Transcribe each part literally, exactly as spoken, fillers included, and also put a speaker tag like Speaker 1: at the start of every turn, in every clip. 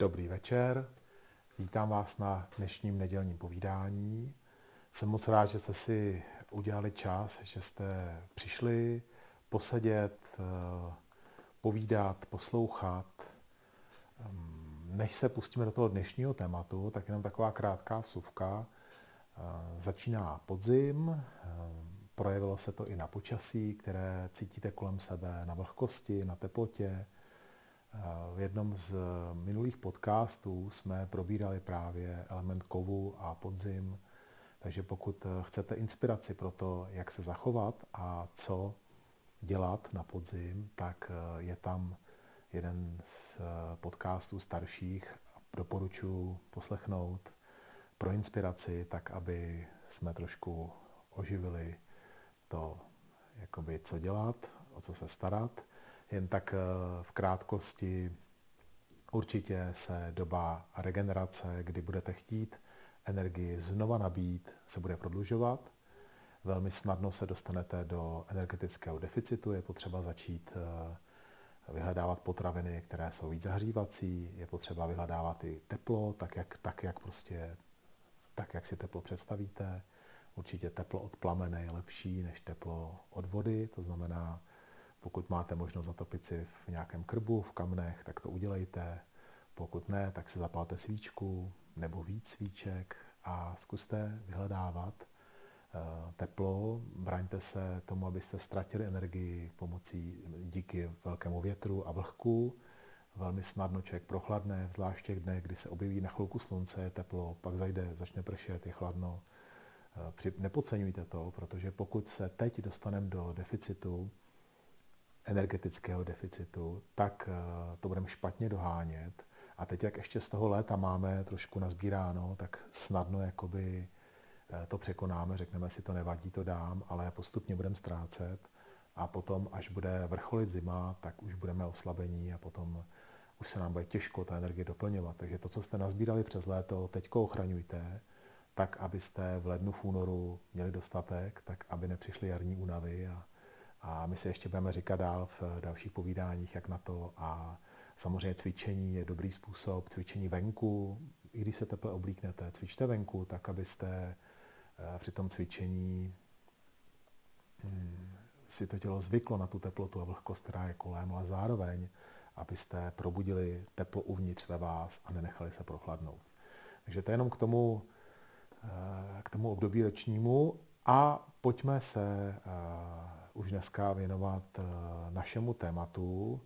Speaker 1: Dobrý večer, vítám vás na dnešním nedělním povídání. Jsem moc rád, že jste si udělali čas, že jste přišli posedět, povídat, poslouchat. Než se pustíme do toho dnešního tématu, tak jenom taková krátká vsuvka. Začíná podzim, projevilo se to i na počasí, které cítíte kolem sebe, na vlhkosti, na teplotě. V jednom z minulých podcastů jsme probírali právě element kovu a podzim, takže pokud chcete inspiraci pro to, jak se zachovat a co dělat na podzim, tak je tam jeden z podcastů starších. Doporučuji poslechnout pro inspiraci, tak aby jsme trošku oživili to, jakoby, co dělat, o co se starat. Jen tak v krátkosti, určitě se doba regenerace, kdy budete chtít energii znova nabít, se bude prodlužovat. Velmi snadno se dostanete do energetického deficitu, je potřeba začít vyhledávat potraviny, které jsou víc zahřívací, je potřeba vyhledávat i teplo, tak jak, tak jak, prostě, tak jak si teplo představíte. Určitě teplo od plamene je lepší než teplo od vody, to znamená, pokud máte možnost zatopit si v nějakém krbu, v kamnech, tak to udělejte. Pokud ne, tak si zapalte svíčku nebo víc svíček a zkuste vyhledávat teplo. Braňte se tomu, abyste ztratili energii pomocí díky velkému větru a vlhku. Velmi snadno člověk prochladne, zvlášť v těch dnech, kdy se objeví na chvilku slunce, je teplo, pak zajde, začne pršet, je chladno. Nepodceňujte to, protože pokud se teď dostaneme do deficitu, energetického deficitu, tak to budeme špatně dohánět. A teď, jak ještě z toho léta máme trošku nazbíráno, tak snadno jakoby to překonáme, řekneme si, to nevadí, to dám, ale postupně budeme ztrácet a potom, až bude vrcholit zima, tak už budeme oslabení a potom už se nám bude těžko ta energie doplňovat. Takže to, co jste nazbírali přes léto, teďko ochraňujte, tak, abyste v lednu, v únoru měli dostatek, tak, aby nepřišly jarní únavy a A my si ještě budeme říkat dál v dalších povídáních, jak na to. A samozřejmě cvičení je dobrý způsob. Cvičení venku, i když se teple oblíknete, cvičte venku, tak abyste při tom cvičení si to tělo zvyklo na tu teplotu a vlhkost, která je kolem, ale zároveň, abyste probudili teplo uvnitř ve vás a nenechali se prochladnout. Takže to je jenom k tomu, k tomu období ročnímu. A pojďme se už dneska věnovat našemu tématu,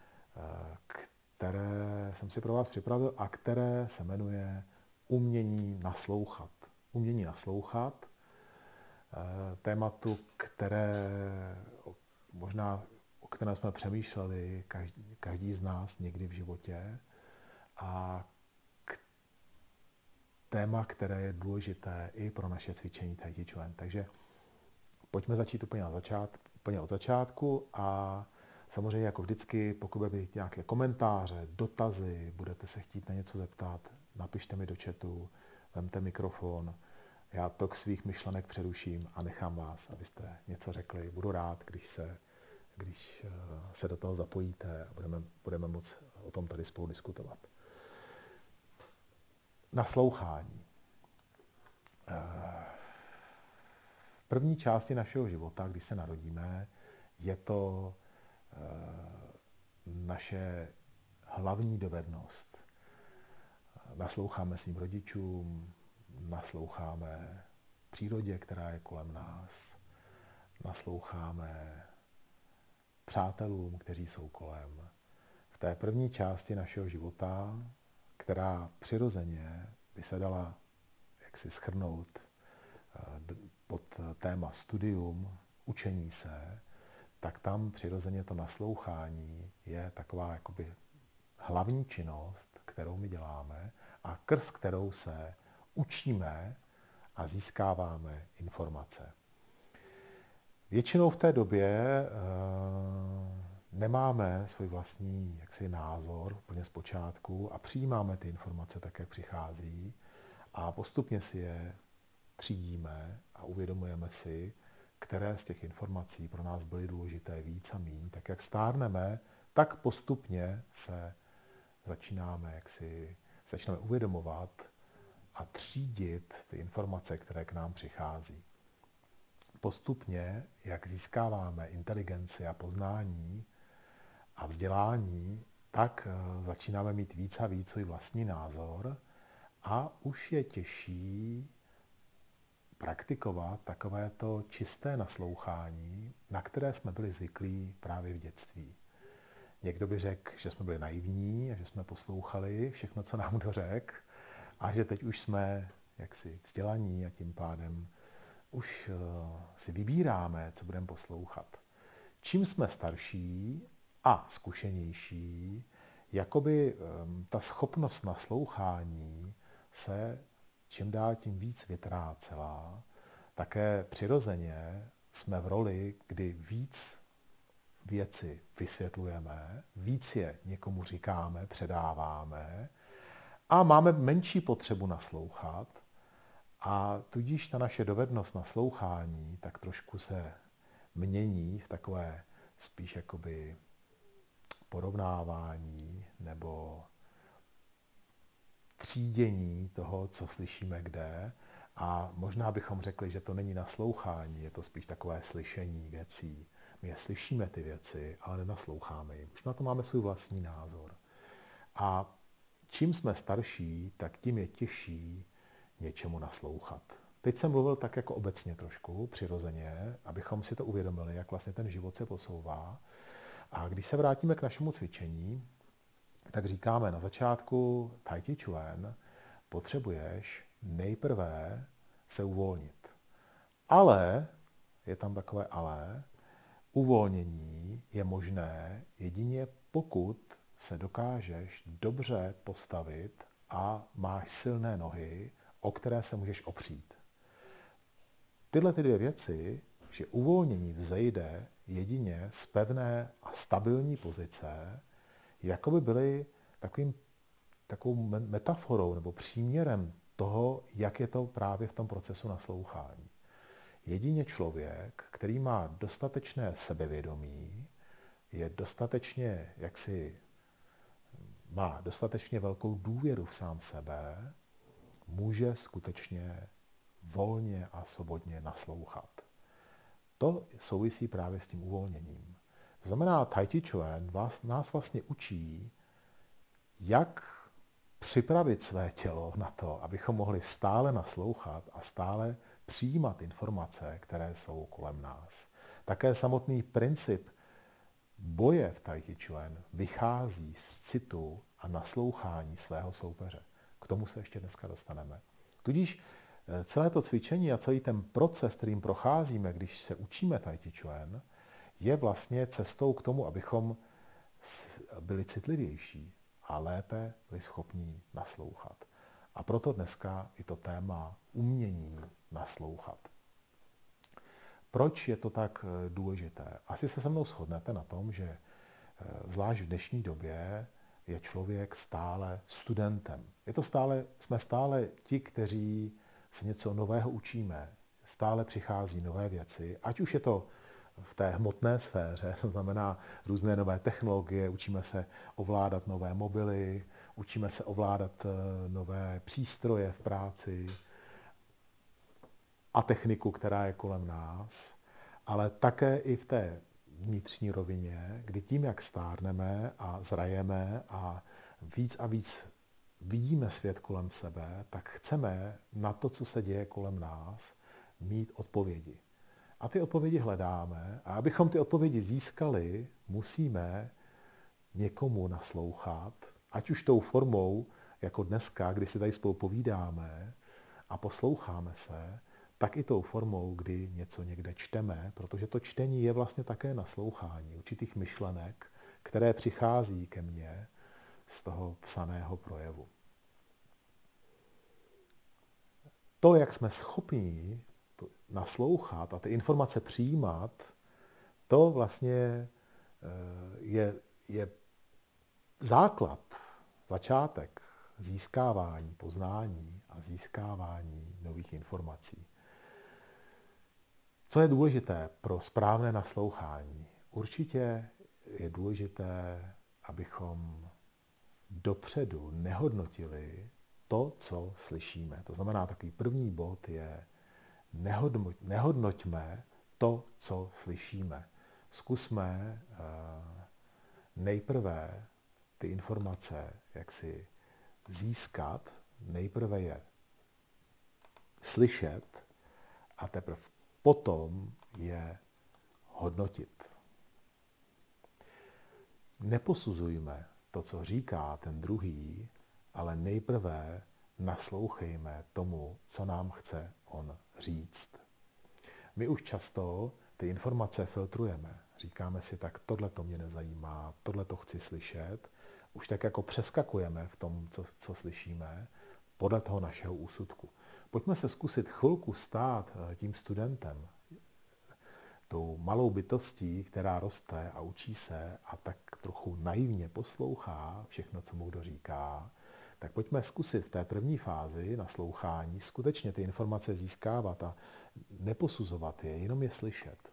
Speaker 1: které jsem si pro vás připravil a které se jmenuje umění naslouchat. Umění naslouchat, tématu, které možná, o kterém jsme přemýšleli každý, každý z nás někdy v životě a k, téma, které je důležité i pro naše cvičení Tai Chi Chuan. Takže pojďme začít úplně, na začát, úplně od začátku a samozřejmě jako vždycky, pokud budete mít nějaké komentáře, dotazy, budete se chtít na něco zeptat, napište mi do chatu, vemte mikrofon, já tok svých myšlenek přeruším a nechám vás, abyste něco řekli. Budu rád, když se, když se do toho zapojíte a budeme, budeme moct o tom tady spolu diskutovat. Naslouchání. V první části našeho života, když se narodíme, je to e, naše hlavní dovednost. Nasloucháme svým rodičům, nasloucháme přírodě, která je kolem nás, nasloucháme přátelům, kteří jsou kolem. V té první části našeho života, která přirozeně by se dala jaksi shrnout pod téma studium, učení se, tak tam přirozeně to naslouchání je taková jakoby hlavní činnost, kterou my děláme a krz kterou se učíme a získáváme informace. Většinou v té době e, nemáme svůj vlastní jaksi názor úplně zpočátku a přijímáme ty informace tak, jak přichází a postupně si je třídíme a uvědomujeme si, které z těch informací pro nás byly důležité víc a míň. Tak jak stárneme, tak postupně se začínáme jaksi, začínáme uvědomovat a třídit ty informace, které k nám přichází. Postupně, jak získáváme inteligenci a poznání a vzdělání, tak začínáme mít víc a víc svůj vlastní názor a už je těžší praktikovat takovéto čisté naslouchání, na které jsme byli zvyklí právě v dětství. Někdo by řekl, že jsme byli naivní a že jsme poslouchali všechno, co nám kdo řekl, a že teď už jsme jaksi vzdělaní a tím pádem už si vybíráme, co budeme poslouchat. Čím jsme starší a zkušenější, jakoby ta schopnost naslouchání se čím dál tím víc vytrácela. Také přirozeně jsme v roli, kdy víc věci vysvětlujeme, víc je někomu říkáme, předáváme a máme menší potřebu naslouchat a tudíž ta naše dovednost naslouchání tak trošku se mění v takové spíš jakoby porovnávání nebo třídění toho, co slyšíme kde, a možná bychom řekli, že to není naslouchání, je to spíš takové slyšení věcí. My je slyšíme ty věci, ale nenasloucháme jim. Už na to máme svůj vlastní názor. A čím jsme starší, tak tím je těžší něčemu naslouchat. Teď jsem mluvil tak jako obecně trošku, přirozeně, abychom si to uvědomili, jak vlastně ten život se posouvá. A když se vrátíme k našemu cvičení, tak říkáme na začátku Tai Chi Chuan, potřebuješ nejprve se uvolnit. Ale, je tam takové ale, uvolnění je možné jedině pokud se dokážeš dobře postavit a máš silné nohy, o které se můžeš opřít. Tyhle ty dvě věci, že uvolnění vzejde jedině z pevné a stabilní pozice, jako by byly takovým, takovou metaforou nebo příměrem toho, jak je to právě v tom procesu naslouchání. Jedině člověk, který má dostatečné sebevědomí, je dostatečně, jaksi, má dostatečně velkou důvěru v sám sebe, může skutečně volně a svobodně naslouchat. To souvisí právě s tím uvolněním. To znamená, Tai Chi Chuan nás vlastně učí, jak připravit své tělo na to, abychom mohli stále naslouchat a stále přijímat informace, které jsou kolem nás. Také samotný princip boje v Tai Chi Chuan vychází z citu a naslouchání svého soupeře. K tomu se ještě dneska dostaneme. Tudíž celé to cvičení a celý ten proces, kterým procházíme, když se učíme Tai Chi Chuan, je vlastně cestou k tomu, abychom byli citlivější a lépe byli schopní naslouchat. A proto dneska i to téma umění naslouchat. Proč je to tak důležité? Asi se se mnou shodnete na tom, že zvlášť v dnešní době je člověk stále studentem. Je to stále, jsme stále ti, kteří se něco nového učíme. Stále přichází nové věci, ať už je to v té hmotné sféře, to znamená různé nové technologie, učíme se ovládat nové mobily, učíme se ovládat nové přístroje v práci a techniku, která je kolem nás, ale také i v té vnitřní rovině, kdy tím, jak stárneme a zrajeme a víc a víc vidíme svět kolem sebe, tak chceme na to, co se děje kolem nás, mít odpovědi. A ty odpovědi hledáme a abychom ty odpovědi získali, musíme někomu naslouchat, ať už tou formou, jako dneska, kdy si tady spolu povídáme a posloucháme se, tak i tou formou, kdy něco někde čteme, protože to čtení je vlastně také naslouchání určitých myšlenek, které přichází ke mně z toho psaného projevu. To, jak jsme schopni naslouchat a ty informace přijímat, to vlastně je, je základ, začátek získávání poznání a získávání nových informací. Co je důležité pro správné naslouchání? Určitě je důležité, abychom dopředu nehodnotili to, co slyšíme. To znamená, takový první bod je nehodnoť, nehodnoťme to, co slyšíme. Zkusme uh, nejprve ty informace jak si získat, nejprve je slyšet a teprve potom je hodnotit. Neposuzujme to, co říká ten druhý, ale nejprve naslouchejme tomu, co nám chce on říct. My už často ty informace filtrujeme. Říkáme si, tak tohle to mě nezajímá, tohle to chci slyšet. Už tak jako přeskakujeme v tom, co, co slyšíme, podle toho našeho úsudku. Pojďme se zkusit chvilku stát tím studentem, tou malou bytostí, která roste a učí se a tak trochu naivně poslouchá všechno, co mu kdo říká. Tak pojďme zkusit v té první fázi naslouchání skutečně ty informace získávat a neposuzovat je, jenom je slyšet.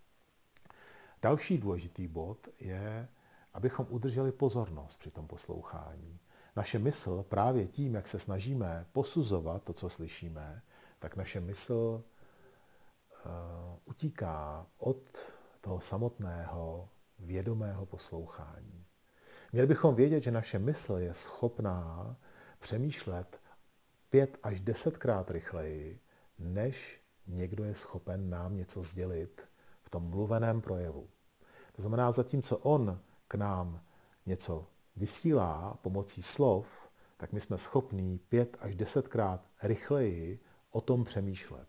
Speaker 1: Další důležitý bod je, abychom udrželi pozornost při tom poslouchání. Naše mysl právě tím, jak se snažíme posuzovat to, co slyšíme, tak naše mysl uh, utíká od toho samotného vědomého poslouchání. Měli bychom vědět, že naše mysl je schopná přemýšlet pět až desetkrát rychleji, než někdo je schopen nám něco sdělit v tom mluveném projevu. To znamená, zatímco on k nám něco vysílá pomocí slov, tak my jsme schopní pět až desetkrát rychleji o tom přemýšlet.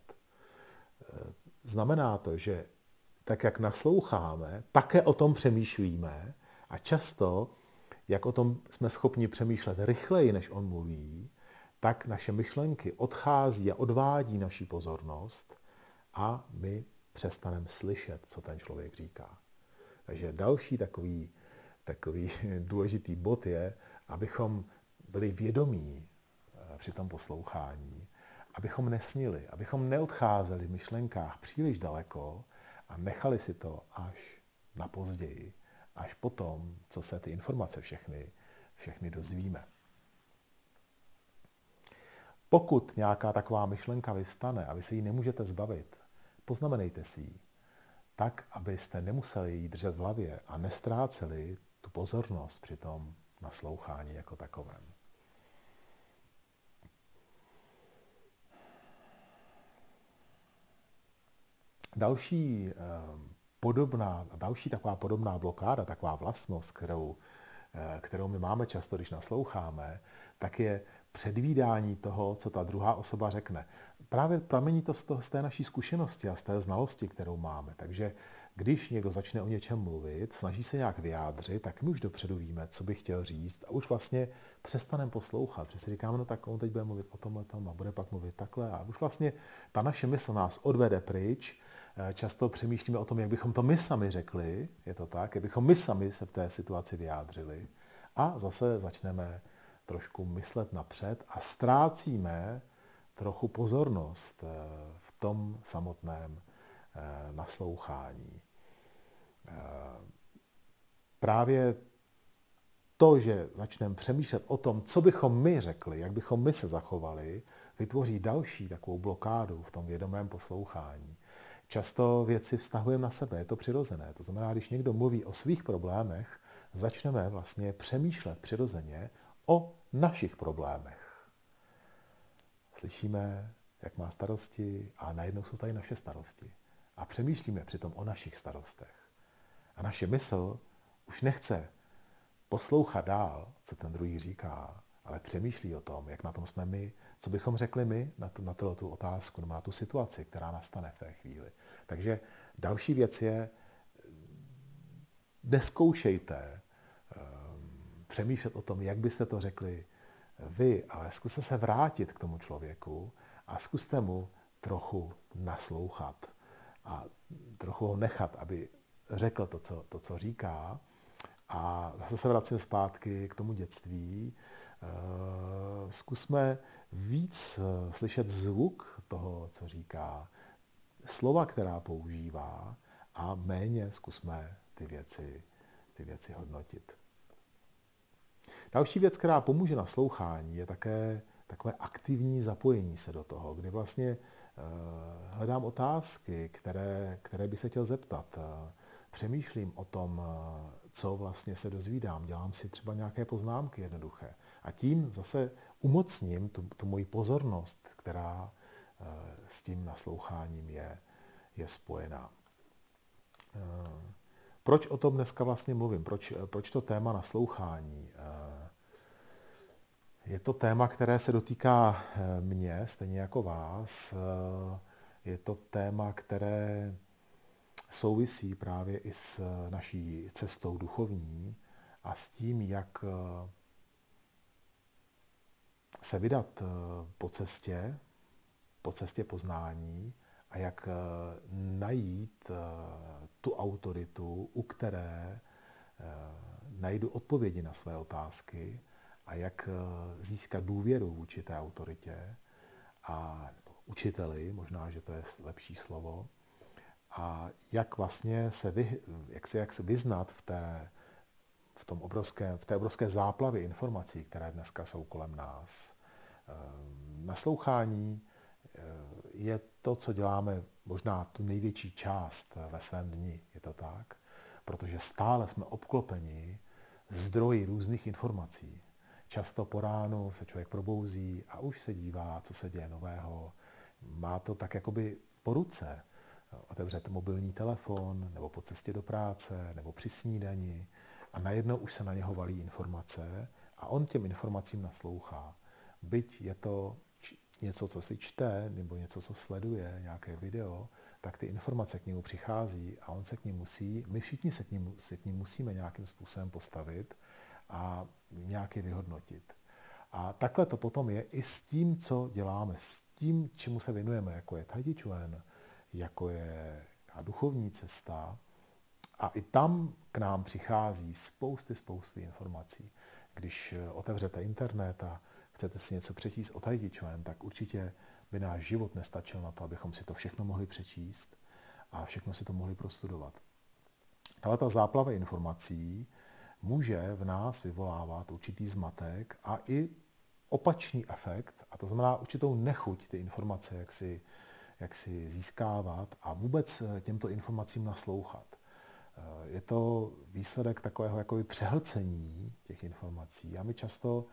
Speaker 1: Znamená to, že tak, jak nasloucháme, také o tom přemýšlíme a často, jak o tom jsme schopni přemýšlet rychleji, než on mluví, tak naše myšlenky odchází a odvádí naši pozornost a my přestaneme slyšet, co ten člověk říká. Takže další takový, takový důležitý bod je, abychom byli vědomí při tom poslouchání, abychom nesnili, abychom neodcházeli v myšlenkách příliš daleko a nechali si to až na později, až potom, co se ty informace všechny, všechny dozvíme. Pokud nějaká taková myšlenka vyvstane a vy se jí nemůžete zbavit, poznamenejte si ji, tak, abyste nemuseli ji držet v hlavě a nestráceli tu pozornost při tom naslouchání jako takovém. Další, eh, podobná, další taková podobná blokáda, taková vlastnost, kterou, eh, kterou my máme často, když nasloucháme, tak je předvídání toho, co ta druhá osoba řekne. Právě pramení to z, toho, z té naší zkušenosti a z té znalosti, kterou máme. Takže když někdo začne o něčem mluvit, snaží se nějak vyjádřit, tak my už dopředu víme, co by chtěl říct a už vlastně přestaneme poslouchat. Protože si říkáme, no tak on teď bude mluvit o tomhletom a bude pak mluvit takhle a už vlastně ta naše mysl nás odvede pryč. Často přemýšlíme o tom, jak bychom to my sami řekli, je to tak, jak bychom my sami se v té situaci vyjádřili a zase začneme trošku myslet napřed a ztrácíme trochu pozornost v tom samotném naslouchání. Právě to, že začneme přemýšlet o tom, co bychom my řekli, jak bychom my se zachovali, vytvoří další takovou blokádu v tom vědomém poslouchání. Často věci vztahujeme na sebe, je to přirozené. To znamená, když někdo mluví o svých problémech, začneme vlastně přemýšlet přirozeně o našich problémech. Slyšíme, jak má starosti a najednou jsou tady naše starosti. A přemýšlíme přitom o našich starostech. A naše mysl už nechce poslouchat dál, co ten druhý říká, ale přemýšlí o tom, jak na tom jsme my, co bychom řekli my na, tu, na tu otázku, nebo na tu situaci, která nastane v té chvíli. Takže další věc je, neskoušejte um, přemýšlet o tom, jak byste to řekli vy, ale zkuste se vrátit k tomu člověku a zkuste mu trochu naslouchat a trochu ho nechat, aby řekl to, co, to, co říká. A zase se vracím zpátky k tomu dětství. Zkusme víc slyšet zvuk toho, co říká, slova, která používá, a méně zkusme ty věci, ty věci hodnotit. Další věc, která pomůže naslouchání, je také takové aktivní zapojení se do toho, kdy vlastně hledám otázky, které, které by se chtěl zeptat. Přemýšlím o tom, co vlastně se dozvídám. Dělám si třeba nějaké poznámky jednoduché. A tím zase umocním tu, tu moji pozornost, která s tím nasloucháním je, je spojená. Proč o tom dneska vlastně mluvím? Proč, proč to téma naslouchání? Je to téma, které se dotýká mě, stejně jako vás. Je to téma, které souvisí právě i s naší cestou duchovní a s tím, jak se vydat po cestě, po cestě poznání a jak najít tu autoritu, u které najdu odpovědi na své otázky a jak získat důvěru vůči té autoritě a učiteli, možná, že to je lepší slovo, a jak vlastně se, vy, jak se, jak se vyznat v té, v, tom obrovské, v té obrovské záplavě informací, které dneska jsou kolem nás. Naslouchání je to, co děláme možná tu největší část ve svém dni, je to tak? Protože stále jsme obklopeni zdroji různých informací. Často po ránu se člověk probouzí a už se dívá, co se děje nového. Má to tak jakoby po ruce. Otevřete mobilní telefon, nebo po cestě do práce, nebo při snídani a najednou už se na něho valí informace a on těm informacím naslouchá. Byť je to něco, co si čte, nebo něco, co sleduje, nějaké video, tak ty informace k němu přichází a on se k ním musí, my všichni se k ním, se k ním musíme nějakým způsobem postavit a nějaké vyhodnotit. A takhle to potom je i s tím, co děláme, s tím, čemu se věnujeme, jako je Tai Chi Chuan, jako je duchovní cesta. A i tam k nám přichází spousty, spousty informací. Když otevřete internet a chcete si něco přečíst o Tai Chi Chuan, tak určitě by náš život nestačil na to, abychom si to všechno mohli přečíst a všechno si to mohli prostudovat. Tahle ta záplava informací může v nás vyvolávat určitý zmatek a i opačný efekt, a to znamená určitou nechuť ty informace, jak si, jak si získávat a vůbec těmto informacím naslouchat. Je to výsledek takového jakoby přehlcení těch informací a my často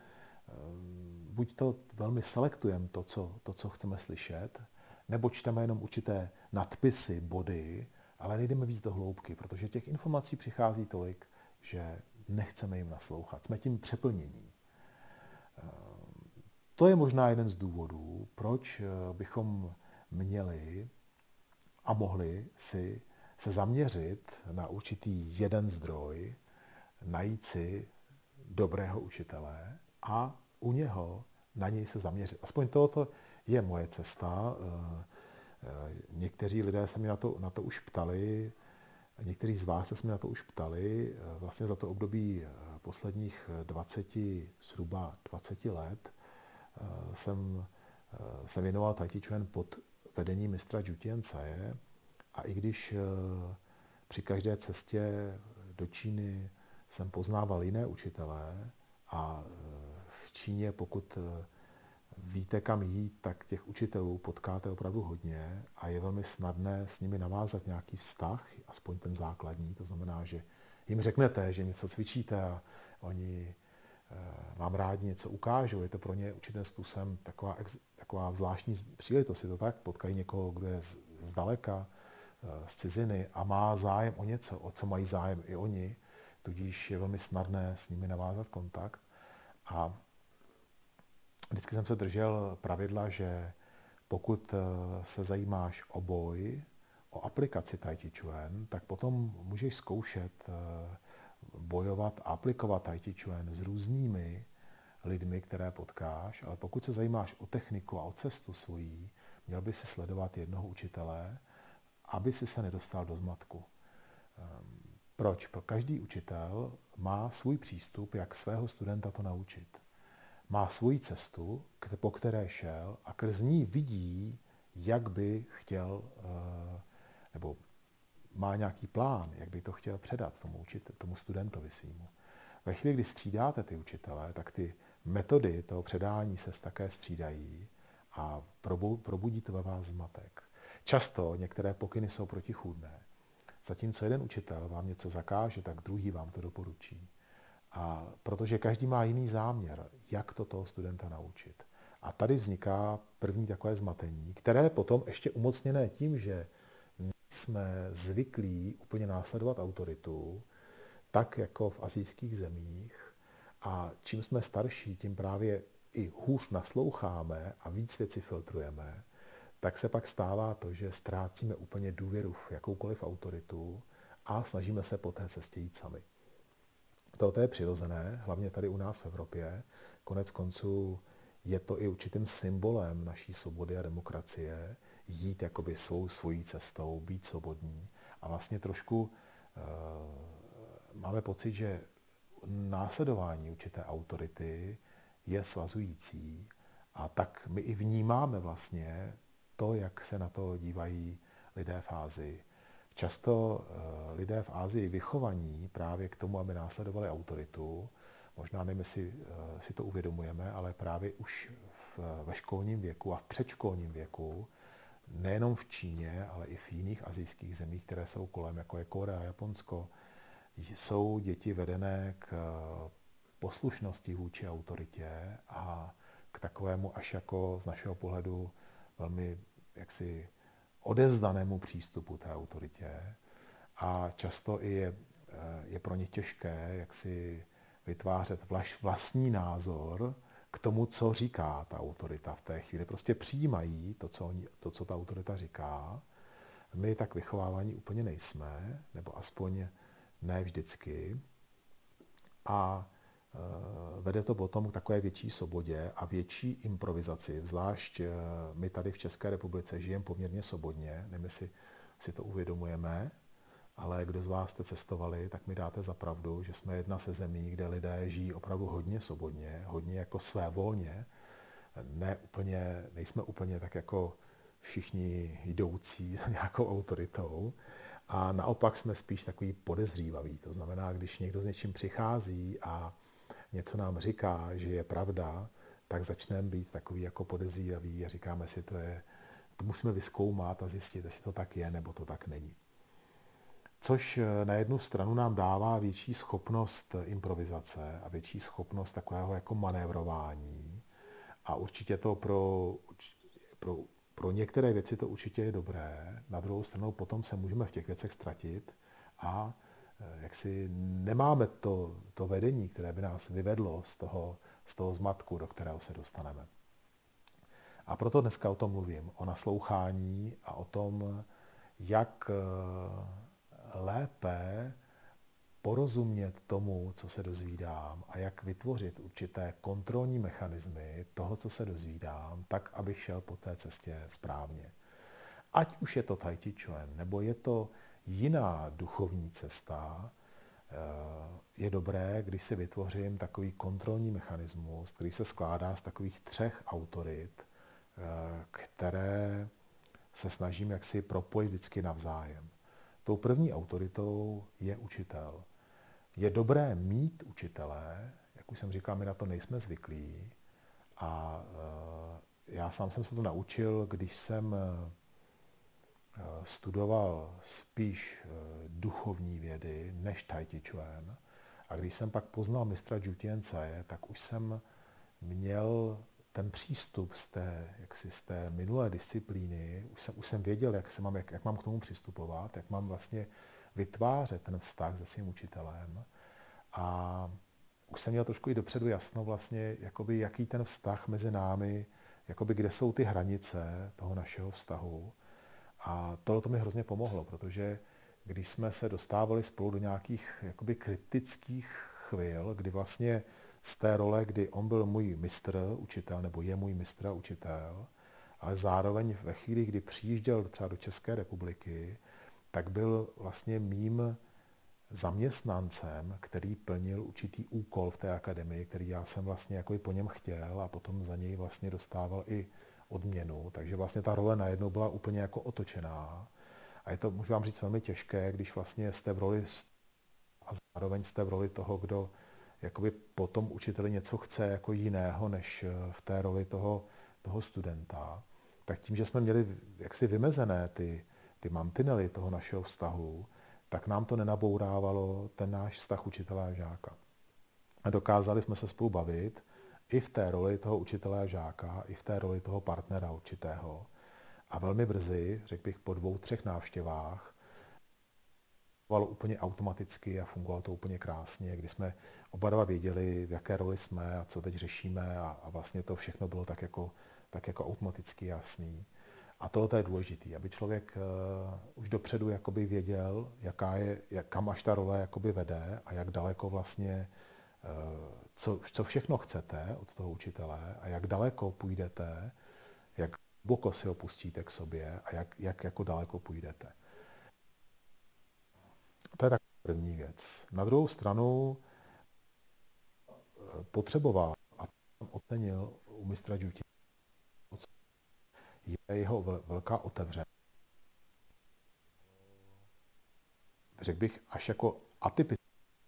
Speaker 1: buď to velmi selektujeme to co, to, co chceme slyšet, nebo čteme jenom určité nadpisy, body, ale nejdeme víc do hloubky, protože těch informací přichází tolik, že nechceme jim naslouchat. Jsme tím přeplnění. To je možná jeden z důvodů, proč bychom měli a mohli si se zaměřit na určitý jeden zdroj, najít si dobrého učitele a u něho na něj se zaměřit. Aspoň tohoto je moje cesta. Někteří lidé se mi na to, na to už ptali, někteří z vás se mi na to už ptali. Vlastně za to období posledních dvaceti, zhruba dvaceti let jsem se věnoval Tai Chi Chuan pod vedením mistra Zhu Tiancaie. A i když při každé cestě do Číny jsem poznával jiné učitele a v Číně, pokud víte, kam jít, tak těch učitelů potkáte opravdu hodně a je velmi snadné s nimi navázat nějaký vztah, aspoň ten základní. To znamená, že jim řeknete, že něco cvičíte a oni vám rádi něco ukážou. Je to pro ně určitým způsobem taková, taková zvláštní příležitost. Je to tak, potkají někoho, kdo je zdaleka, z ciziny a má zájem o něco, o co mají zájem i oni, tudíž je velmi snadné s nimi navázat kontakt. A vždycky jsem se držel pravidla, že pokud se zajímáš o boj, o aplikaci Tai Chi Chuan, tak potom můžeš zkoušet bojovat a aplikovat Tai Chi Chuan s různými lidmi, které potkáš, ale pokud se zajímáš o techniku a o cestu svojí, měl by si sledovat jednoho učitele, aby si se nedostal do zmatku. Proč? Pro každý učitel má svůj přístup, jak svého studenta to naučit. Má svoji cestu, po které šel a krz ní vidí, jak by chtěl, nebo má nějaký plán, jak by to chtěl předat tomu, učitel, tomu studentovi svýmu. Ve chvíli, kdy střídáte ty učitele, tak ty metody toho předání se také střídají a probudí to ve vás zmatek. Často některé pokyny jsou protichůdné. Zatímco jeden učitel vám něco zakáže, tak druhý vám to doporučí. A protože každý má jiný záměr, jak to toho studenta naučit. A tady vzniká první takové zmatení, které potom ještě umocněné tím, že jsme zvyklí úplně následovat autoritu, tak jako v asijských zemích. A čím jsme starší, tím právě i hůř nasloucháme a víc věci filtrujeme, tak se pak stává to, že ztrácíme úplně důvěru v jakoukoliv autoritu a snažíme se po té cestě jít sami. Toto je přirozené, hlavně tady u nás v Evropě. Konec konců je to i určitým symbolem naší svobody a demokracie, jít jakoby svou svojí cestou, být svobodní. A vlastně trošku e, máme pocit, že následování určité autority je svazující a tak my i vnímáme vlastně to, jak se na to dívají lidé v Asii. Často lidé v Asii vychovaní právě k tomu, aby následovali autoritu, možná nevím, jestli si to uvědomujeme, ale právě už v, ve školním věku a v předškolním věku, nejenom v Číně, ale i v jiných asijských zemích, které jsou kolem, jako je Korea a Japonsko, jsou děti vedené k poslušnosti vůči autoritě a k takovému až jako z našeho pohledu velmi jaksi odevzdanému přístupu té autoritě. A často i je, je pro ně těžké jak si vytvářet vlastní názor k tomu, co říká ta autorita v té chvíli. Prostě přijímají to, co, oni, to, co ta autorita říká. My tak vychovávaní úplně nejsme, nebo aspoň ne vždycky. A e, vede to potom k takové větší svobodě a větší improvizaci. Zvlášť e, my tady v České republice žijeme poměrně svobodně, nevím, jestli si to uvědomujeme, ale kdo z vás jste cestovali, tak mi dáte za pravdu, že jsme jedna ze zemí, kde lidé žijí opravdu hodně svobodně, hodně jako svévolně. Ne úplně, nejsme úplně tak jako všichni jdoucí za nějakou autoritou. A naopak jsme spíš takový podezřívaví. To znamená, když někdo s něčím přichází a něco nám říká, že je pravda, tak začneme být takový jako podezřívaví a říkáme si, to je, to musíme vyzkoumat a zjistit, jestli to tak je, nebo to tak není. Což na jednu stranu nám dává větší schopnost improvizace a větší schopnost takového jako manévrování. A určitě to pro, pro, pro některé věci to určitě je dobré. Na druhou stranu potom se můžeme v těch věcech ztratit a jak si nemáme to, to vedení, které by nás vyvedlo z toho, z toho zmatku, do kterého se dostaneme. A proto dneska o tom mluvím, o naslouchání a o tom, jak lépe porozumět tomu, co se dozvídám a jak vytvořit určité kontrolní mechanismy toho, co se dozvídám, tak, abych šel po té cestě správně. Ať už je to Tai Chi Chuan, nebo je to jiná duchovní cesta, je dobré, když si vytvořím takový kontrolní mechanismus, který se skládá z takových třech autorit, které se snažím jaksi propojit vždycky navzájem. Tou první autoritou je učitel. Je dobré mít učitele, jak už jsem říkal, my na to nejsme zvyklí. A já sám jsem se to naučil, když jsem studoval spíš duchovní vědy než Tai Chi Chuan. A když jsem pak poznal mistra Zhu Tiancaie, tak už jsem měl ten přístup z té, jaksi z té minulé disciplíny, už jsem, už jsem věděl, jak, se mám, jak, jak mám k tomu přistupovat, jak mám vlastně vytvářet ten vztah se svým učitelem. A už jsem měl trošku i dopředu jasno vlastně, jakoby, jaký ten vztah mezi námi, jakoby, kde jsou ty hranice toho našeho vztahu. A tohle to mi hrozně pomohlo, protože když jsme se dostávali spolu do nějakých jakoby, kritických chvil, kdy vlastně z té role, kdy on byl můj mistr, učitel, nebo je můj mistr a učitel, ale zároveň ve chvíli, kdy přijížděl třeba do České republiky, tak byl vlastně mým zaměstnancem, který plnil určitý úkol v té akademii, který já jsem vlastně jako i po něm chtěl a potom za něj vlastně dostával i odměnu. Takže vlastně ta role najednou byla úplně jako otočená. A je to, můžu vám říct, velmi těžké, když vlastně jste v roli a zároveň jste v roli toho, kdo jakoby po tom učiteli něco chce jako jiného, než v té roli toho, toho studenta, tak tím, že jsme měli jaksi vymezené ty, ty mantinely toho našeho vztahu, tak nám to nenabourávalo ten náš vztah učitele a žáka. A dokázali jsme se spolu bavit i v té roli toho učitele a žáka, i v té roli toho partnera určitého. A velmi brzy, řekl bych po dvou, třech návštěvách, fungovalo úplně automaticky a fungovalo to úplně krásně, kdy jsme oba dva věděli, v jaké roli jsme a co teď řešíme a, a vlastně to všechno bylo tak jako, tak jako automaticky jasný. A tohle je důležité, aby člověk uh, už dopředu jakoby věděl, jaká je, jak, kam až ta role jakoby vede a jak daleko vlastně, uh, co, co všechno chcete od toho učitele a jak daleko půjdete, jak hluboko si ho pustíte k sobě a jak, jak jako daleko půjdete. To je tak první věc. Na druhou stranu potřeboval a ocenil u mistra Džuti je jeho velká otevřenost. Řekl bych až jako atypická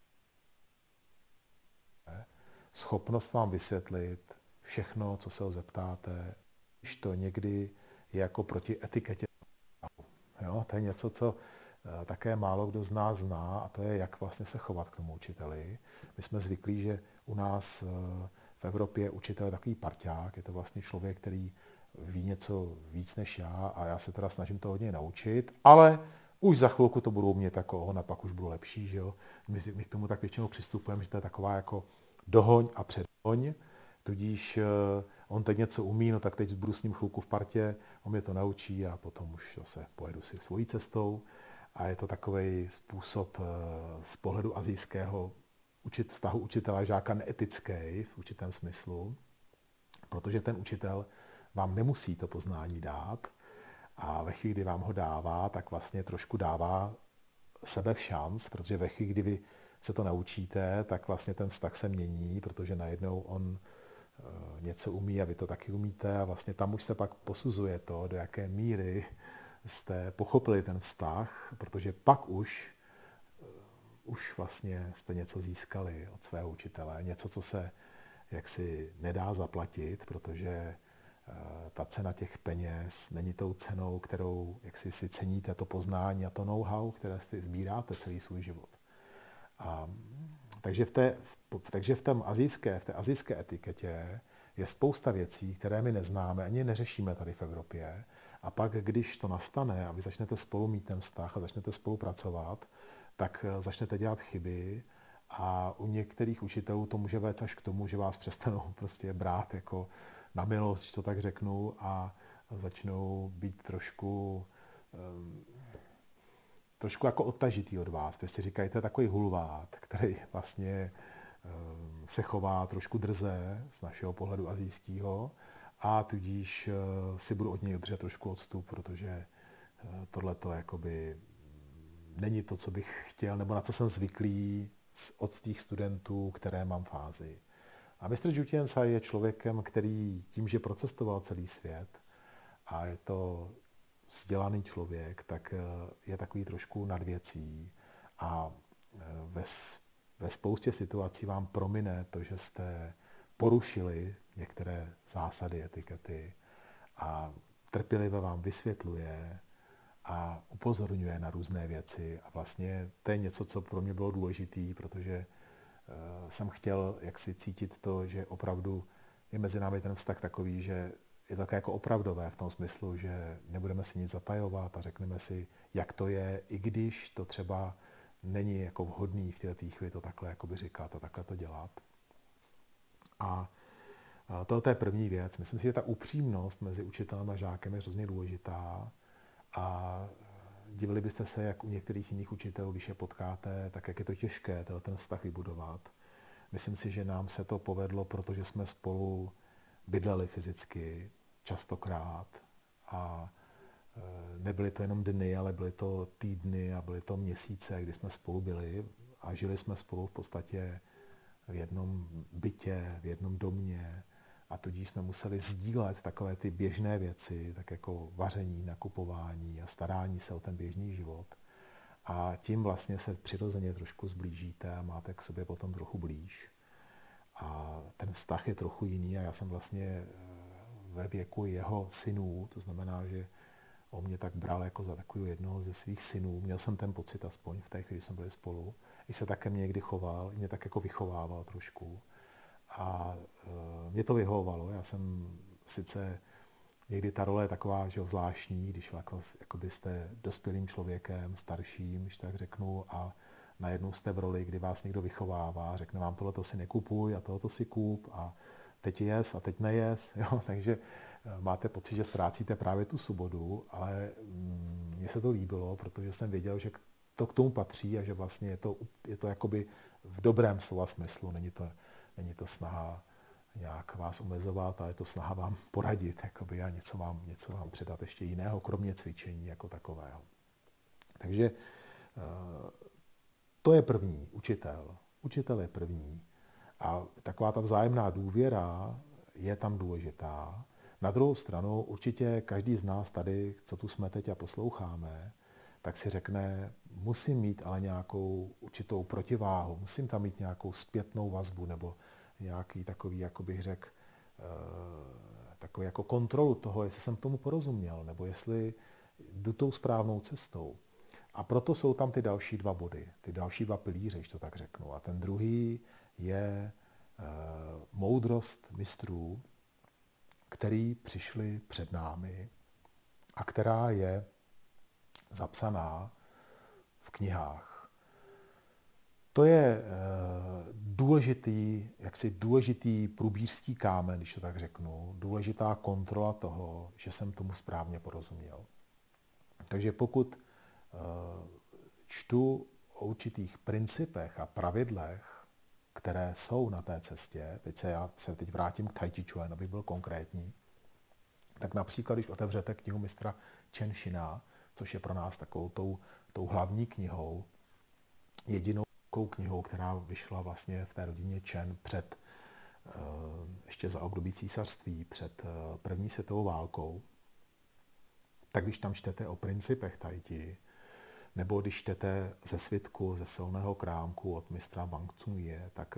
Speaker 1: schopnost vám vysvětlit všechno, co se ho zeptáte, když to někdy je jako proti etiketě. Jo? To je něco, co také málo kdo z nás zná a to je, jak vlastně se chovat k tomu učiteli. My jsme zvyklí, že u nás v Evropě učitel je takový parťák, je to vlastně člověk, který ví něco víc než já a já se teda snažím to hodně naučit, ale už za chvilku to budou mít jako on a pak už budu lepší, že jo. My, my k tomu tak většinou přistupujeme, že to je taková jako dohoň a předhoň, tudíž on teď něco umí, no tak teď budu s ním chvilku v partě, on mě to naučí a potom už zase pojedu si svojí cestou. A je to takový způsob z pohledu asijského učit, vztahu učitele a žáka neetický v určitém smyslu, protože ten učitel vám nemusí to poznání dát a ve chvíli, kdy vám ho dává, tak vlastně trošku dává sebe v šanc, protože ve chvíli, kdy vy se to naučíte, tak vlastně ten vztah se mění, protože najednou on něco umí a vy to taky umíte a vlastně tam už se pak posuzuje to, do jaké míry jste pochopili ten vztah, protože pak už, už vlastně jste něco získali od svého učitele, něco, co se jaksi nedá zaplatit, protože ta cena těch peněz není tou cenou, kterou jaksi si ceníte to poznání a to know-how, které si sbíráte celý svůj život. A, takže, v té, v, takže v, tom asijské, v té asijské etiketě je spousta věcí, které my neznáme, ani neřešíme tady v Evropě. A pak, když to nastane a vy začnete spolu mít ten vztah a začnete spolupracovat, tak začnete dělat chyby a u některých učitelů to může vést až k tomu, že vás přestanou prostě brát jako na milost, když to tak řeknu, a začnou být trošku, um, trošku jako odtažitý od vás. Prostě říkají, to je takový hulvát, který vlastně um, se chová trošku drze z našeho pohledu asijského a tudíž uh, si budu od něj udržet trošku odstup, protože uh, tohleto jakoby není to, co bych chtěl, nebo na co jsem zvyklý od těch studentů, které mám v Ázii. A mistr Jutian je člověkem, který tím, že procestoval celý svět a je to vzdělaný člověk, tak je takový trošku nad věcí a ve, ve spoustě situací vám promine to, že jste porušili některé zásady etikety a trpělivě vám vysvětluje a upozorňuje na různé věci. A vlastně to je něco, co pro mě bylo důležité, protože jsem chtěl jaksi cítit to, že opravdu je mezi námi ten vztah takový, že je to také jako opravdové v tom smyslu, že nebudeme si nic zatajovat a řekneme si, jak to je, i když to třeba není jako vhodný v této chvíli to takhle jakoby říkat a takhle to dělat. A to je první věc. Myslím si, že ta upřímnost mezi učitelem a žákem je hrozně důležitá a divili byste se, jak u některých jiných učitelů, když je potkáte, tak jak je to těžké ten vztah vybudovat. Myslím si, že nám se to povedlo, protože jsme spolu bydleli fyzicky častokrát a nebyly to jenom dny, ale byly to týdny a byly to měsíce, kdy jsme spolu byli a žili jsme spolu v podstatě v jednom bytě, v jednom domě a tudíž jsme museli sdílet takové ty běžné věci, tak jako vaření, nakupování a starání se o ten běžný život. A tím vlastně se přirozeně trošku zblížíte a máte k sobě potom trochu blíž. A ten vztah je trochu jiný a já jsem vlastně ve věku jeho synů, to znamená, že on mě tak bral jako za takového jednoho ze svých synů. Měl jsem ten pocit aspoň v té chvíli, jsme byli spolu. I se také mě někdy choval, i mě tak jako vychovával trošku. A e, mě to vyhovovalo. Já jsem sice, někdy ta role je taková, že zvláštní, když jako, jako byste dospělým člověkem, starším, když tak řeknu, a najednou jste v roli, kdy vás někdo vychovává, řekne vám tohleto si nekupuj a tohleto si kup a teď jes a teď nejes, jo? Takže máte pocit, že ztrácíte právě tu svobodu, ale mně se to líbilo, protože jsem věděl, že to k tomu patří a že vlastně je to, je to jakoby v dobrém slova smyslu, není to, není to snaha nějak vás omezovat, ale je to snaha vám poradit jakoby, a něco vám, něco vám předat ještě jiného, kromě cvičení jako takového. Takže to je první, učitel. Učitel je první. A taková ta vzájemná důvěra je tam důležitá. Na druhou stranu určitě každý z nás tady, co tu jsme teď a posloucháme, tak si řekne, musím mít ale nějakou určitou protiváhu, musím tam mít nějakou zpětnou vazbu nebo nějaký takový, jako bych řekl, takový jako kontrolu toho, jestli jsem tomu porozuměl, nebo jestli jdu tou správnou cestou. A proto jsou tam ty další dva body, ty další dva pilíře, když to tak řeknu. A ten druhý je uh, moudrost mistrů, který přišli před námi a která je zapsaná v knihách. To je uh, důležitý, jaksi důležitý průbířský kámen, když to tak řeknu, důležitá kontrola toho, že jsem tomu správně porozuměl. Takže pokud čtu o určitých principech a pravidlech, které jsou na té cestě, teď se já se teď vrátím k Tai Chi Chuan, abych byl konkrétní, tak například, když otevřete knihu mistra Chen Shina, což je pro nás takovou tou, tou hlavní knihou, jedinou knihou, která vyšla vlastně v té rodině Chen před, ještě za období císařství, před první světovou válkou, tak když tam čtete o principech Tai Chi, nebo když čtete ze svitku, ze silného krámku od mistra Wang Tsung-je, tak